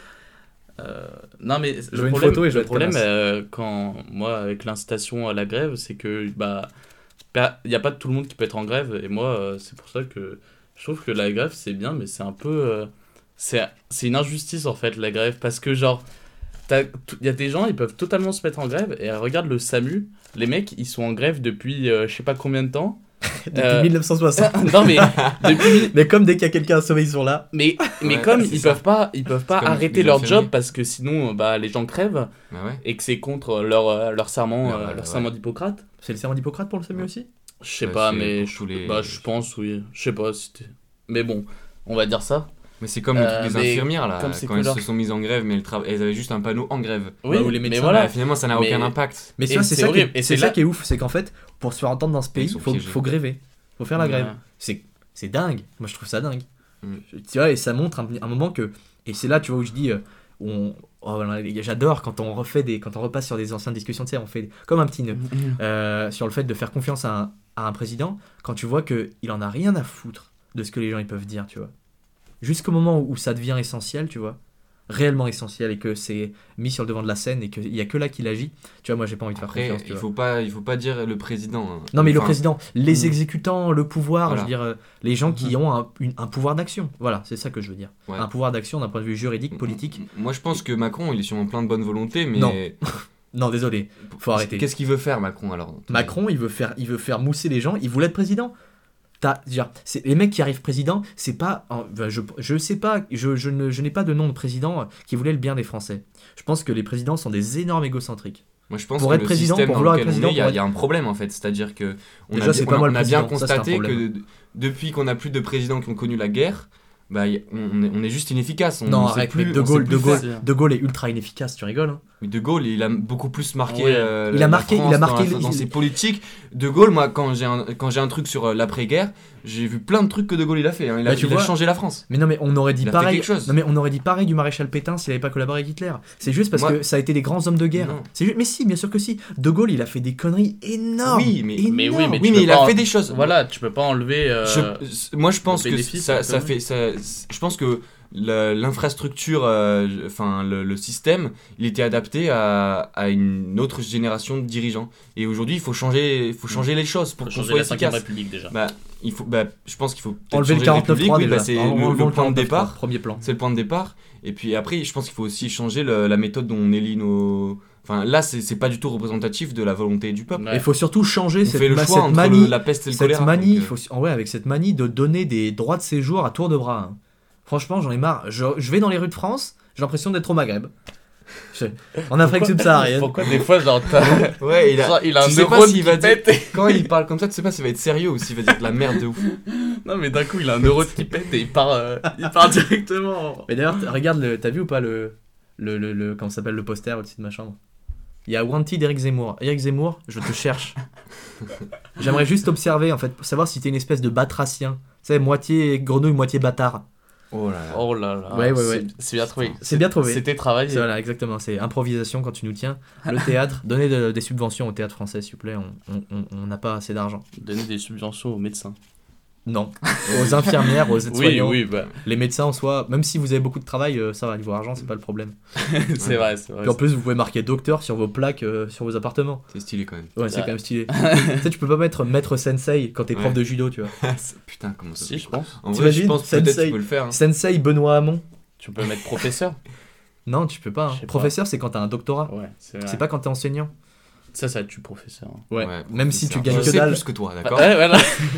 Euh, non mais Je le veux une problème, photo et je vais le être problème canasse. euh, quand moi avec l'incitation à la grève, c'est que bah il y a pas tout le monde qui peut être en grève et moi euh, c'est pour ça que je trouve que la grève c'est bien mais c'est un peu euh, c'est c'est une injustice en fait la grève parce que genre il y a des gens ils peuvent totalement se mettre en grève et euh, regarde le SAMU, les mecs ils sont en grève depuis euh, je sais pas combien de temps. Depuis Euh, mille neuf cent soixante. non mais depuis Mais comme dès qu'il y a quelqu'un à sauver, ils sont là. mais mais Ouais, comme c'est ils ça. peuvent pas ils peuvent pas comme arrêter les leur infirmiers. job parce que sinon bah les gens crèvent Bah ouais. et que c'est contre leur, euh, leur serment, Leur- euh, ouais, leur ouais. serment d'Hippocrate. C'est le serment d'Hippocrate pour le SAMU aussi? Je sais Bah, pas, c'est mais pour je, tous les- bah, je pense, oui. Je sais pas, c'était... Mais bon, on va dire ça. Mais c'est comme Euh, les mais infirmières là, comme c'est quand que elles leur- se sont mises en grève, mais elles, tra- elles avaient juste un panneau en grève. Oui, ou les mais médecins, voilà. Bah, finalement, ça n'a Mais- aucun impact. Mais tu Et vois, c'est c'est ça, qui horrible. est, Et c'est c'est ça là- qui est ouf, c'est qu'en fait, pour se faire entendre dans ce pays, Ils sont faut, piégés. faut gréver. Faut faire la grève. Ouais. C'est, c'est dingue. Moi, je trouve ça dingue. Mm. Tu vois, et ça montre un, un moment que. Et c'est là, tu vois, où je dis. euh, on, oh, voilà, les gars, j'adore quand on refait des. Quand on repasse sur des anciennes discussions, tu sais, on fait comme un petit nœud. euh, sur le fait de faire confiance à un, à un président, quand tu vois qu'il en a rien à foutre de ce que les gens ils peuvent dire, tu vois. Jusqu'au moment où, où ça devient essentiel, tu vois. Réellement essentiel et que c'est mis sur le devant de la scène et qu'il n'y a que là qu'il agit. Tu vois, moi, j'ai pas envie de faire Après, confiance. tu il vois. faut pas, il faut pas dire le président. hein. Non mais le Enfin, président, les Mm. exécutants, le pouvoir, Voilà. je veux dire, euh, les gens qui ont un, une- un pouvoir d'action. Voilà, c'est ça que je veux dire. Ouais. Un pouvoir d'action d'un point de vue juridique, m- politique. m- Moi, je pense que Macron, il est sûrement plein de bonne volonté, mais Non. Non, désolé, faut arrêter. Qu'est-ce qu'il veut faire, Macron alors dans ton Macron, il veut faire, il veut faire mousser les gens. Il voulait être président. T'as, genre, c'est, les mecs qui arrivent président, c'est pas. Enfin, je, je sais pas, je, je, ne, je n'ai pas de nom de président qui voulait le bien des Français. Je pense que les présidents sont des énormes égocentriques. Moi, je pense Pour que être le président, système pour dans vouloir lequel être président, on est, il y, a- pour il y a un problème en fait. C'est-à-dire que on Déjà, a, c'est on pas a- moi on le a bien président, ça, c'est un constaté que problème. d- depuis qu'on a plus de présidents qui ont connu la guerre, bah, y- on, est, on est juste inefficace. On non, sait arrête, plus, mec, De on sait Gaulle, plus de, Gaulle, faire. de Gaulle est ultra inefficace, tu rigoles hein. Mais De Gaulle, il a beaucoup plus marqué. Ouais. euh, Il a la marqué- France il a marqué dans, la- le- dans il- ses politiques. De Gaulle, moi, quand j'ai un, quand j'ai un truc sur euh, l'après-guerre, j'ai vu plein de trucs que De Gaulle il a fait. hein. Il a, Bah, tu il a vois- changé la France. Mais non, mais on aurait dit Il a fait pareil. quelque chose. Non, mais on aurait dit pareil du maréchal Pétain s'il avait pas collaboré avec Hitler. C'est juste parce Moi- que ça a été des grands hommes de guerre. Non. C'est juste, mais si, bien sûr que si. De Gaulle, il a fait des conneries énormes. Oui, mais- énormes. mais oui, mais Oui, tu mais peux il pas a en- fait des choses. Voilà, tu peux pas enlever. euh, Je- moi, je pense le que bénéfice, ça, la ça connerie. fait. Ça, je pense que la- l'infrastructure, euh, enfin le, le système, il était adapté à, à une autre génération de dirigeants. Et aujourd'hui, il faut changer, il faut changer les choses pour faut qu'on changer soit la cinquième efficace. République déjà. Bah, il faut, bah, je pense qu'il faut peut-être Enlever le changer quarante-neuf République, trois oui, déjà. bah, c'est Enlevons- le, enlevons le point de quarante-neuf trois, départ. Premier plan. C'est le point de départ. Et puis après, je pense qu'il faut aussi changer le- la méthode dont on élit nos. Enfin, là, c'est c'est pas du tout représentatif de la volonté du peuple. Ouais. Il faut surtout changer On cette, fait le ma- choix cette entre manie. le- la peste et le Cette choléra. manie, donc, il faut, en vrai, avec cette manie de donner des droits de séjour à tour de bras. hein. Franchement, j'en ai marre. Je, je vais dans les rues de France, j'ai l'impression d'être au Maghreb. Je- en Afrique subsaharienne. Pourquoi des fois, genre, t'as. euh, Ouais, il a. Genre, il a un tu sais pas neurone s'il qui va dire- pète. Quand il parle comme ça, tu sais pas s'il va être sérieux ou s'il va dire de la merde de ouf. Non, mais d'un coup, il a un neurone qui pète et il part, euh, il part directement. Mais d'ailleurs, t- regarde, le, t'as vu ou pas le, le, le, le comment ça s'appelle le poster au-dessus de ma chambre? Il y a Wanted Eric Zemmour. Eric Zemmour, je te cherche. J'aimerais juste observer, en fait, pour savoir si t'es une espèce de batracien. Tu sais, moitié grenouille, moitié bâtard. Oh là là. Oh là là. Ouais, ouais, c'est- ouais. C'est bien trouvé. C'est bien trouvé. C'était travaillé. C'est, voilà, exactement. C'est improvisation quand tu nous tiens. Le théâtre, donnez de- des subventions au théâtre français, s'il vous plaît. On- on- on on n'a pas assez d'argent. Donner des subventions aux médecins. Non. Aux infirmières, aux Oui, aides-soignants. oui, bah. Les médecins en soi, même si vous avez beaucoup de travail, euh, ça va, niveau argent, c'est pas le problème. c'est vrai, c'est vrai. Puis en plus, vous pouvez marquer docteur sur vos plaques, euh, sur vos appartements. C'est stylé quand même. Ouais, c'est Ouais. quand même stylé. Tu sais, tu peux pas mettre maître sensei quand t'es prof Ouais. de judo, tu vois. Putain, comment ça Si, je pense. En vrai, je T'imagines pense peut-être Sensei. tu peux le faire. hein. Sensei Benoît Hamon. Tu peux mettre professeur. Non, tu peux pas. hein. Je sais pas. Professeur, c'est quand t'as un doctorat. Ouais, c'est vrai. C'est pas quand t'es enseignant. Ça, ça tue professeur. Ouais. Ouais, Même si professeur. tu gagnes Je que sais dalle. plus que toi, d'accord. Ouais, voilà.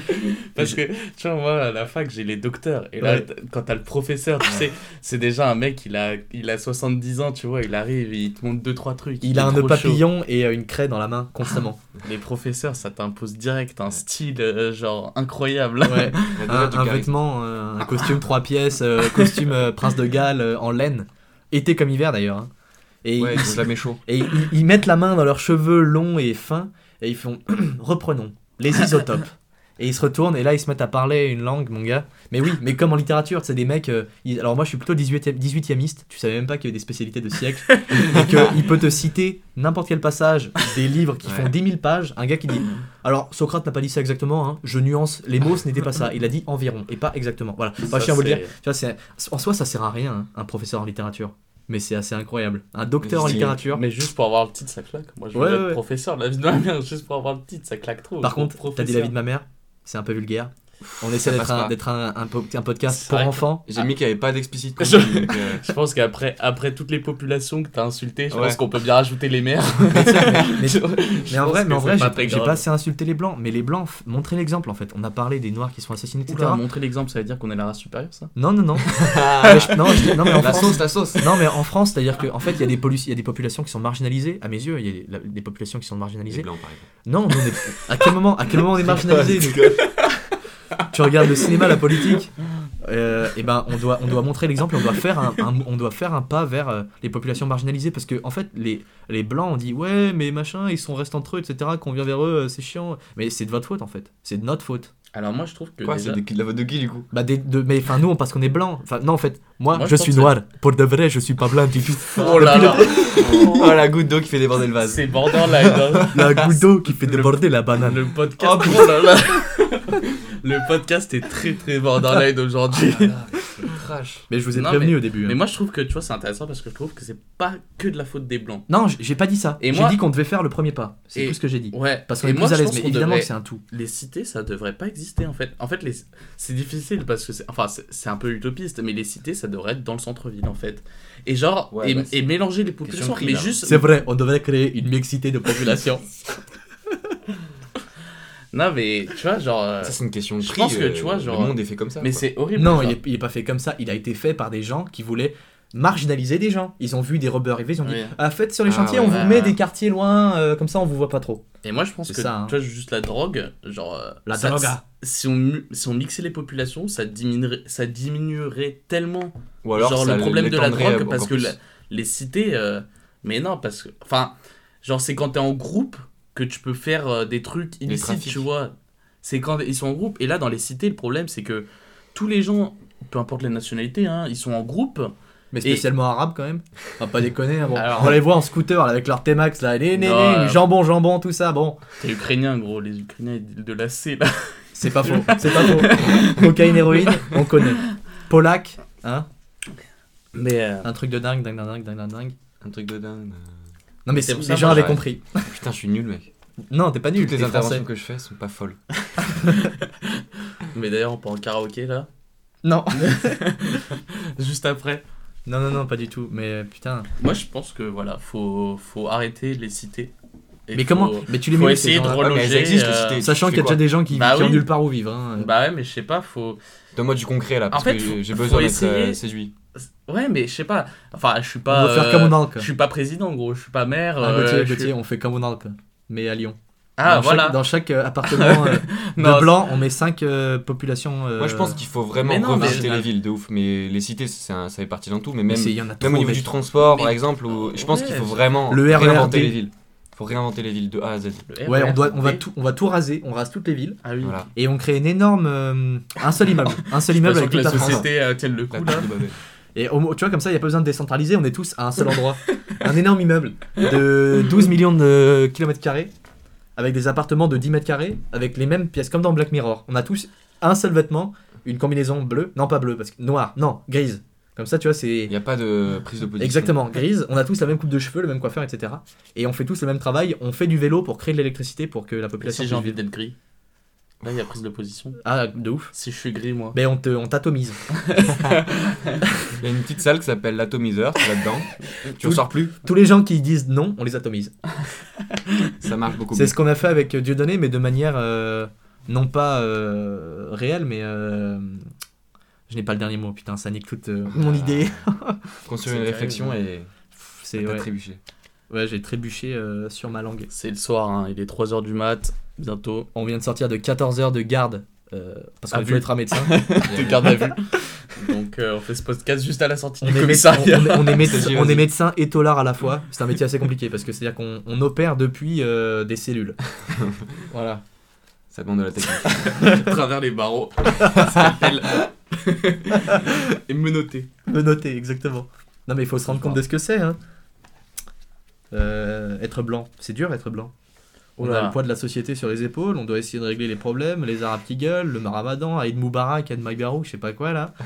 Parce que, tu vois, moi, à la fac, j'ai les docteurs. Et là, Ouais. t- quand t'as le professeur, tu sais, c'est déjà un mec, il a, il a soixante-dix ans, tu vois, il arrive, il te montre deux, trois trucs. Il est a un trop nœud chaud. papillon et euh, une craie dans la main constamment. Les professeurs, ça t'impose direct un style, euh, genre, incroyable. Ouais. Il y a déjà un, du un charisme. vêtement, euh, un costume trois pièces, euh, costume euh, prince de Galles euh, en laine. Été comme hiver d'ailleurs. hein. Et, Ouais, ils, ils sont jamais chaud. et ils, ils mettent la main dans leurs cheveux longs et fins et ils font reprenons les isotopes. Et ils se retournent et là ils se mettent à parler une langue, mon gars. Mais oui, mais comme en littérature, c'est des mecs. euh, ils- alors moi je suis plutôt dix-huitième dix-huitiémiste, tu savais même pas qu'il y avait des spécialités de siècle. Et qu'il peut te citer n'importe quel passage des livres qui font Ouais. dix mille pages. Un gars qui dit alors Socrate n'a pas dit ça exactement, hein, je nuance les mots, ce n'était pas ça. Il a dit environ et pas exactement. Voilà, enfin, Ça, je tiens à vous le c'est- dire. Tu vois, c'est- en soi ça sert à rien, hein, un professeur en littérature. Mais c'est assez incroyable. Un docteur en Si. littérature. Mais juste pour avoir le titre, ça claque. Moi, je Ouais, veux ouais, être ouais. professeur, la vie de ma mère, juste pour avoir le titre, ça claque trop. Par Trop contre, t'as dit professeur. la vie de ma mère, c'est un peu vulgaire. On essaie Ça d'être passe un, pas. d'être un, un, po- un podcast C'est pour vrai que- enfants. J'ai mis qu'il n'y avait pas d'explicite. Je- contenu, donc, euh, Je pense qu'après après toutes les populations que t'as insultées, je Ouais. pense qu'on peut bien rajouter les mères. Mais, tu sais, mais- mais- Je- mais je en pense vrai, que mais en c'est vrai pas j'ai, très j'ai grave. pas assez insulté les blancs. Mais les blancs, f- montrez l'exemple en fait. On a parlé des noirs qui sont assassinés, et cetera. Oula, montrer l'exemple, ça veut dire qu'on est la race supérieure, ça Non, non, non. Mais je- non, je- non, mais en La France, sauce, la sauce. non, mais en France, c'est-à-dire qu'en fait, il y a des pollu- il y a des populations qui sont marginalisées. À mes yeux, il y a des, la- des populations qui sont Les marginalisées. blancs, par exemple. Non, nous, on est- à quel moment, à quel moment on est marginalisés nous Tu regardes le cinéma, la politique, euh, et ben on doit, on doit montrer l'exemple, et on doit faire un, un- on doit faire un pas vers euh, les populations marginalisées parce que en fait les, les blancs on dit ouais mais machin ils sont restés entre eux etc qu'on vient vers eux euh, c'est chiant mais c'est de votre faute en fait c'est de notre faute. Alors moi je trouve que Quoi, déjà... c'est de, de la vote de qui du coup? Bah des, de, mais enfin nous on- parce qu'on est blanc enfin non en fait moi, Moi, je je suis pense noir pour de vrai je suis pas blanc du tout. Oh là là. Oh la goutte d'eau qui fait déborder le vase. C'est borderline. hein. La goutte d'eau qui fait Le- déborder la banane. Le podcast. Oh là là. Le podcast est très très borderline aujourd'hui. Oh là là, c'est trash. Mais je vous ai Non, prévenu mais- au début. hein. Mais moi je trouve que tu vois c'est intéressant parce que je trouve que c'est pas que de la faute des blancs. Non j- j'ai pas dit ça. Et J'ai moi- dit qu'on devait faire le premier pas. C'est Et- tout ce que j'ai dit. Ouais. Parce qu'on Et est moi, plus à je l'aise pense mais qu'on évidemment devrait- que c'est un tout. Les cités, ça devrait pas exister en fait. En fait, les... c'est difficile parce que c'est enfin, c'est c'est un peu utopiste, mais les cités, ça devrait être dans le centre-ville en fait. Et genre, Ouais, et, bah, c'est- et mélanger les populations, de prix, mais là. juste. C'est vrai on devrait créer une mixité de population. Non, mais tu vois, genre. euh, Ça, c'est une question de je prix. pense que, euh, tu vois, genre- Le monde est fait comme ça. mais quoi. c'est horrible. Non, genre. il est, il est pas fait comme ça. Il a été fait par des gens qui voulaient marginaliser des gens. Ils ont vu des rebeux arriver, ils ont dit Oui. ah, faites sur les Ah, chantiers, ouais, on ouais, vous met ouais. des quartiers loin, euh, comme ça on vous voit pas trop. Et moi, je pense C'est que, ça, hein. tu vois, juste la drogue, genre. euh, La ça- drogue. Si on, mu- si on mixait les populations, ça diminuerait, ça diminuerait tellement. Ou alors, genre ça le problème de la l'étendrait drogue, parce encore que plus. la- les cités. euh, Mais non, parce que. Enfin, genre, c'est quand t'es en groupe que tu peux faire euh, des trucs illicites, trafics. tu vois. C'est quand ils sont en groupe. Et là, dans les cités, le problème, c'est que tous les gens, peu importe les nationalités, hein, ils sont en groupe. Mais Et- spécialement arabe quand même. On va pas déconner. Hein, bon. Alors- On les voit en scooter là, avec leur T-Max là, les, les, Non, les, euh, jambon, jambon, tout ça. Bon, T'es ukrainien, gros. Les Ukrainiens, ils disent de la C, là. c'est pas faux. C'est pas faux. Cocaïne, héroïne, on connaît. Polac, hein. Mais. euh, Un truc de dingue, dingue, dingue, dingue, dingue, dingue. Un truc de dingue. Non mais C'est c'est- pour les ça, gens moi, avaient j'arrête. compris. Putain, je suis nul, mec. Non, t'es pas nul. Toutes les t'es interventions français. que je fais sont pas folles. Mais d'ailleurs, on part en karaoké, là. Non. Juste après. Non, non, non, pas du tout. Mais putain. Moi, je pense que, voilà, faut, faut arrêter les cités. Et mais faut- comment Mais tu les faut mets où, essayer ces de gens-là Ouais, mais elles reloger. existent, les euh, cités. Sachant Tu qu'il y a fais déjà des gens qui, Bah qui ont oui. nulle part où vivre. Hein. Bah ouais, mais je sais pas, faut. Donne-moi du concret là, parce En fait, que faut- j'ai faut besoin d'être euh, essayer- séduit. Ouais, mais je sais pas. Enfin, je suis On pas. va faire euh, comme on a, Je suis pas président, gros. Je suis pas maire. Ah, euh, Gauthier, je suis- Gauthier, on fait comme on Alpes, mais à Lyon. Ah, dans voilà. Chaque, dans chaque euh, appartement euh, Non, de blanc, on met cinq populations. euh, Moi, je pense qu'il faut vraiment mais non, mais- revisiter les villes de ouf. Mais les cités, c'est un- ça fait partie dans tout. Mais mais même, c'est- il y en a trop, même au niveau mec. du transport, par Mais- exemple, où je pense Ouais, qu'il faut je- vraiment Le R E R B. réinventer les villes. Il faut réinventer les villes de A à Z. Le Ouais, R E R on, doit, on, va B. tout, on va tout raser, on rase toutes les villes Ah oui. Voilà. et on crée une énorme. euh, un seul immeuble. Un seul Je suis immeuble pas sûr avec que toute la la France. société euh, tienne le La coup, là. tour de Babel. Et au- tu vois, comme ça, il n'y a pas besoin de décentraliser, on est tous à un seul endroit. Un énorme immeuble de douze millions de kilomètres carrés, avec des appartements de dix mètres carrés, avec les mêmes pièces, comme dans Black Mirror. On a tous un seul vêtement, une combinaison bleue, non pas bleue, parce que noire, non, grise. Comme ça, tu vois, c'est. Il n'y a pas de prise de position. Exactement, grise. On a tous la même coupe de cheveux, le même coiffeur, et cetera. Et on fait tous le même travail. On fait du vélo pour créer de l'électricité pour que la population. Si j'ai puisse envie vivre. d'être gris. Là, il y a prise de position. Ah, de ouf. Si je suis gris, moi. Mais on te, on t'atomise. Il y a une petite salle qui s'appelle l'atomiseur, tu vas dedans. Tu ressors plus. Tous les gens qui disent non, on les atomise. Ça marche beaucoup C'est mieux. ce qu'on a fait avec Dieudonné, mais de manière euh, non pas euh, réelle, mais euh, je n'ai pas le dernier mot. Putain, ça nique toute euh, mon Ah. idée. Construire C'est une réflexion terrible. et C'est t'as ouais, trébuché. ouais, j'ai trébuché euh, sur ma langue. C'est le soir, hein. Il est trois heures du mat. Bientôt. On vient de sortir de quatorze heures de garde euh, parce À qu'on vue. veut être un médecin. De garde à vue. Donc, euh, on fait ce podcast juste à la sortie on, du est médecin, commissariat. on, est- on est médecin, Vas-y, on est vas-y. médecin et tolard à la fois. C'est un métier assez compliqué parce que c'est-à-dire qu'on on opère depuis euh, des cellules. Voilà. Ça demande de la technique. à travers les barreaux. Ça s'appelle. Et menotté. Menotté, exactement. Non mais il faut se rendre compte de ce que c'est. Hein. Euh, être blanc, c'est dur être blanc. On a Oula. le poids de la société sur les épaules, on doit essayer de régler les problèmes, les arabes qui gueulent, le ramadan, Aïd Moubarak, Aïd Maïbarou, je sais pas quoi là.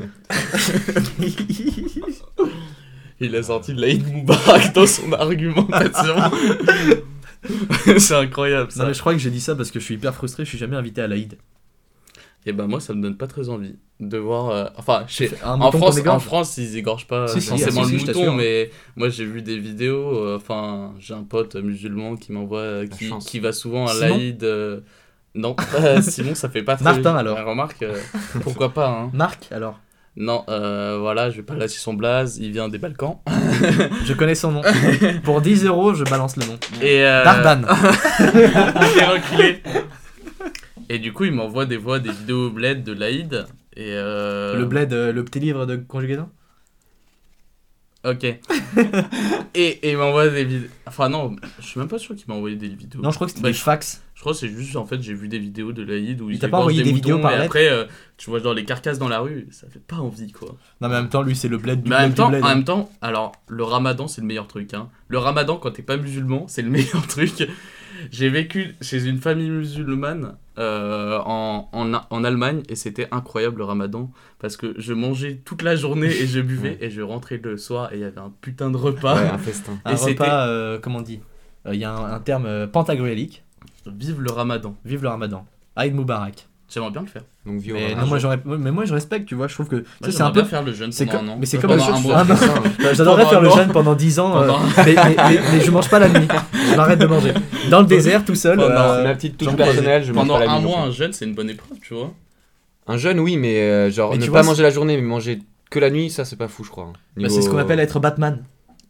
Il a sorti de l'Aïd Moubarak dans son argumentation. C'est incroyable ça. Non mais je crois que j'ai dit ça parce que je suis hyper frustré, je suis jamais invité à l'Aïd. Et ben moi ça me donne pas très envie de voir. euh, Enfin, je sais- Un en mouton qu'on France, en égorge. France ils égorgent pas Si, si, forcément ah, si, le si, je mouton, t'assure. mais moi j'ai vu des vidéos. euh, Enfin, j'ai un pote musulman qui m'envoie, euh, qui, chance. qui va souvent à Simon l'Aïd. euh, Non, euh, Simon ça fait pas très. Martin, alors. Ouais, remarque, euh, pourquoi pas hein. Marc alors, Non, euh, voilà, je vais pas lâcher son blaze. Il vient des Balkans. je connais son nom. Pour dix euros, je balance le nom. Et euh, Dardan. il est reculé. Et du coup, il m'envoie des voix, des vidéos bled de l'Aïd. Et euh... Le bled, euh, le petit livre de conjugaison. Ok. et, et il m'envoie des vidéos. Enfin, non, je suis même pas sûr qu'il m'a envoyé des vidéos. Non, je crois que c'était Bah, des je- fax. Je crois que c'est juste, en fait, j'ai vu des vidéos de l'Aïd où Il il t'a pas envoyé des vidéos par et lettre après, euh, tu vois, genre les carcasses dans la rue, ça fait pas envie, quoi. Non mais en même temps, lui c'est le bled du Mais en bled même du temps, bled. en même temps, alors, le ramadan, c'est le meilleur truc, hein. Le ramadan, quand t'es pas musulman, c'est le meilleur truc. J'ai vécu chez une famille musulmane euh, en, en, en Allemagne et c'était incroyable le ramadan parce que je mangeais toute la journée et je buvais Ouais. et je rentrais le soir et il y avait un putain de repas. Ouais, un festin. Un et c'était- repas, euh, comment on dit Il y a un, un terme euh, pentagruélique. Vive le ramadan. Vive le ramadan. Aïd Moubarak. J'aimerais bien le faire. Donc vieux. Mais, voilà. non, moi, j'aurais- mais moi je respecte, tu vois, je trouve que tu sais, Moi, c'est un j'aimerais peu. bien faire le jeûne c'est pendant comme- un an. mais c'est Euh, comme pendant le- un mois. Ah, non. Bah, J'adorerais Pendant faire un le an. jeûne pendant dix ans, euh, Pendant- mais, mais, mais, mais je mange pas la nuit. Je m'arrête de manger. Dans le désert, tout seul. Pendant- euh, C'est ma petite touche j'en personnelle. Je mange Pendant pas la un nuit non mois, plus. un jeûne, c'est une bonne épreuve, tu vois. Un jeûne, oui, mais euh, genre Mais ne tu pas vois, manger la journée, mais manger que la nuit, ça c'est pas fou, je crois. hein. bah, Niveau- c'est ce qu'on appelle être Batman.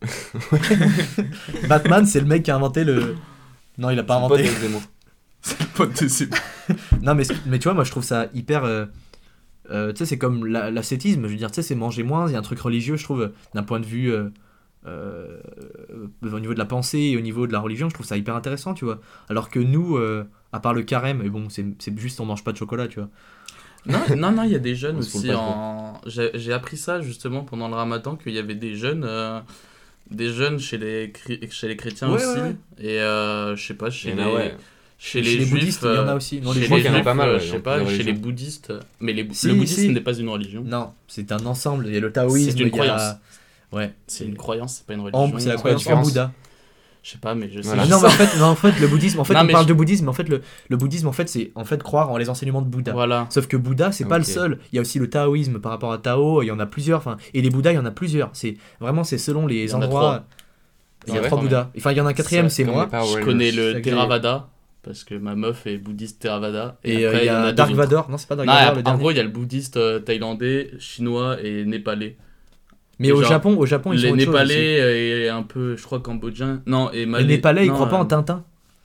Batman, c'est le mec qui a inventé le. Non, il a pas C'est le pote inventé. avec Zemmour. Pote de ses- Non, mais, mais tu vois, moi je trouve ça hyper. euh, euh, tu sais, c'est comme la- l'ascétisme. Je veux dire, tu sais, c'est manger moins. Il y a un truc religieux, je trouve, euh, d'un point de vue. euh, euh, euh, au niveau de la pensée et au niveau de la religion, je trouve ça hyper intéressant, tu vois. Alors que nous, euh, à part le carême, et bon, c'est c'est juste on mange pas de chocolat, tu vois. Non, non, non, il y a des jeunes On se fout aussi. pas trop. En... J'ai j'ai appris ça justement pendant le ramadan, qu'il y avait des jeunes, euh, des jeunes chez les, chri- chez les chrétiens Ouais, aussi. ouais, ouais. Et euh, je sais pas, chez Il y en les, a, ouais. chez Chez les, les juifs. bouddhistes, il y en a euh, aussi. Non, chez les Je crois les qu'il y en a juifs, pas mal, euh, ouais, je sais dans pas, plusieurs chez les religions. bouddhistes. Mais les, Si, le bouddhisme si. n'est pas une religion. Non, c'est un ensemble. Il y a le taoïsme. C'est une il y a- croyance. Ouais. C'est une croyance, c'est pas une En- religion. C'est la quoi croyance la en différence Bouddha. Je sais pas, mais je sais. Voilà. Mais juste non, mais en ça. fait, non, en fait, le bouddhisme, en fait, Non, on mais parle je- de bouddhisme, mais en fait, le, le bouddhisme, en fait, c'est en fait croire en les enseignements de Bouddha. Voilà. Sauf que Bouddha, c'est pas le Ok. seul. Il y a aussi le taoïsme par rapport à Tao, il y en a plusieurs. Enfin, et les Bouddhas, il y en a plusieurs. C'est vraiment, c'est selon les Il y en a endroits. trois. Il y a Ouais, trois quand Bouddhas. Enfin, il y en a un quatrième, c'est Comme moi. les Power Je Rangers. connais c'est le ça que j'ai- Theravada, parce que ma meuf est bouddhiste Theravada. Et euh, après, il y a deux Dark autres. Vador. Non, c'est pas Dark Non, Vador, le en dernier. gros, il y a le bouddhiste euh, thaïlandais, chinois et népalais. Mais au genre, Japon, au Japon, ils Les sont autre chose aussi. Népalais et un peu, je crois, cambodgiens. Non, et Les malais. Népalais, ils non, croient pas euh, en Tintin.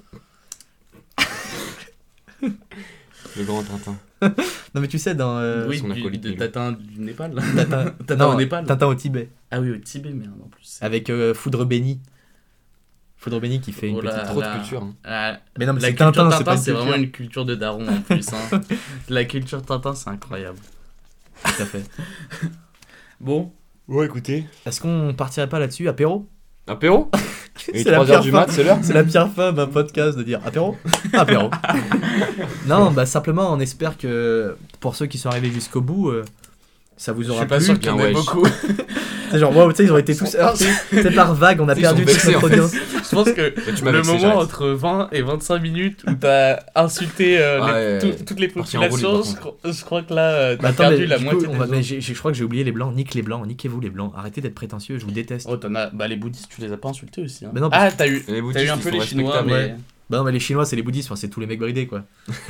Le grand Tintin. Non, mais tu sais, dans. euh, Oui, son du, acolyte de Milou. Tatin du Népal. Tintin, Tintin non, au Népal. Tintin au Tibet. Ah oui, au Tibet, merde, en plus. c'est- Avec euh, Foudre Béni. Foudre Béni qui fait une Oh là petite. Trop de là. culture. hein. Ah, Mais non, mais la c'est culture Tintin, Tintin, c'est pas une c'est culture. vraiment une culture de daron en plus. hein. La culture Tintin, c'est incroyable. Tout à fait. Bon, Ouais, écoutez. Est-ce qu'on partirait pas là-dessus, apéro? Apéro Il est C'est la trois pire heures du fin. mat, c'est l'heure C'est la pire fin d'un podcast de dire apéro. Apéro. Non, bah simplement on espère que pour ceux qui sont arrivés jusqu'au bout, euh, ça vous je aura suis pas plu. sûr qu'il y en ait Bien, wesh. beaucoup. C'est genre wow, tu sais ils ont été tous heurtés. C'est par vague, on a Ils perdu sont toute vexés, notre en fait. audience. Je pense que Bah, tu m'as le vexé, moment j'arrête. entre vingt et vingt-cinq minutes où t'as insulté euh, Ah les- ouais, tout- ouais. toutes les Parti en roue populations, libre, je, par crois- je crois que là, euh, t'as Bah, attends, perdu mais la du coup, moitié on des va- gens. mais j'ai- j'ai- je crois que j'ai oublié les blancs. Nique les blancs, niquez-vous les blancs. Arrêtez d'être prétentieux, je vous déteste. Oh, t'en as... Bah, les bouddhistes, tu les as pas insultés aussi. Hein. Mais non, parce ah, t'as eu... Les T'as eu bouddhistes, un ils peu sont les Chinois, respectables, mais... ouais. Bah non mais les Chinois c'est les bouddhistes, enfin, c'est tous les mecs bridés quoi.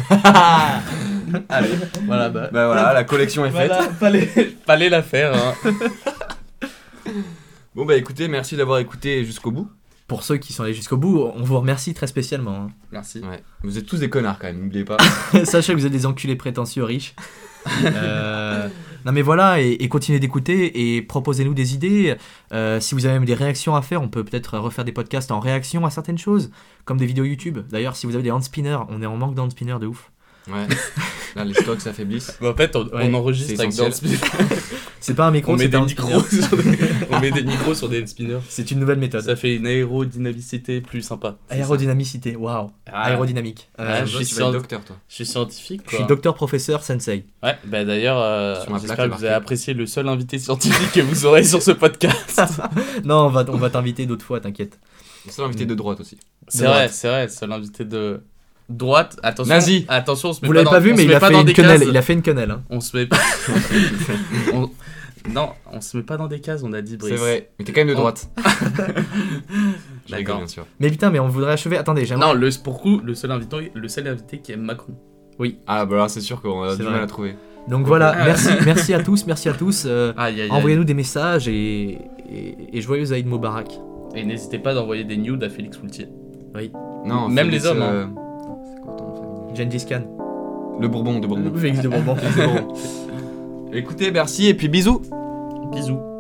Allez. Voilà bah. Bah voilà, la collection est faite. Voilà, fallait, fallait la faire. Hein. Bon bah écoutez, merci d'avoir écouté jusqu'au bout. Pour ceux qui sont allés jusqu'au bout, on vous remercie très spécialement. Merci. Ouais. Vous êtes tous des connards quand même, n'oubliez pas. hein. Sachez que vous êtes des enculés prétentieux riches. Euh, Non mais voilà, et, et continuez d'écouter et proposez-nous des idées. Euh, si vous avez même des réactions à faire, on peut peut-être refaire des podcasts en réaction à certaines choses, comme des vidéos YouTube. D'ailleurs, si vous avez des handspinners, on est en manque d'handspinners de ouf. Ouais. Là les stocks s'affaiblissent. Bah, en fait, on, Ouais, on enregistre c'est avec essentiel. des handspinners. C'est pas un micro, On met c'est des un micros handspinner. sur des... on met des micros sur des spinners. C'est une nouvelle méthode. Ça fait une aérodynamicité plus sympa. C'est Aérodynamicité, waouh. ça. Ah, Aérodynamique. Euh, Ah, Je je vois, suis tu vas être sûr- docteur toi. Je suis scientifique, je quoi. suis docteur professeur sensei. Ouais, bah d'ailleurs, euh, Sur ma plaque, j'espère il que est vous avez marqué. apprécié le seul invité scientifique que vous aurez sur ce podcast. Non, on va, on va t'inviter d'autres fois, t'inquiète. Le seul invité de droite aussi. C'est De vrai, droite. c'est vrai, seul invité de droite. Attention, Nazi. attention, on se met Vous pas l'avez dans- pas vu, on mais se il met a pas fait dans une des quenelle. cases. Il a fait une quenelle. Hein. On se met pas. on- Non, on se met pas dans des cases, on a dit Brice. C'est vrai. Mais t'es quand même de On- droite. Je rigole D'accord. bien sûr. Mais putain, mais on voudrait achever. Attendez, j'aimerais. Non, le, pour coup, le seul invité, le seul invité qui aime Macron. Ah bah là c'est sûr qu'on a C'est du vrai. mal à trouver. Donc voilà, Ah. merci, merci à tous, merci à tous. euh, Aïe, aïe, aïe. Envoyez-nous des messages et, et, et joyeux Aïd Moubarak. Et n'hésitez pas d'envoyer des nudes à Félix Moultier. Non, Même Félix, les hommes, euh, C'est quoi ton nom de famille Gengis Khan. Le Bourbon, de Bourbon. Félix de Bourbon. Écoutez, merci et puis bisous. Bisous.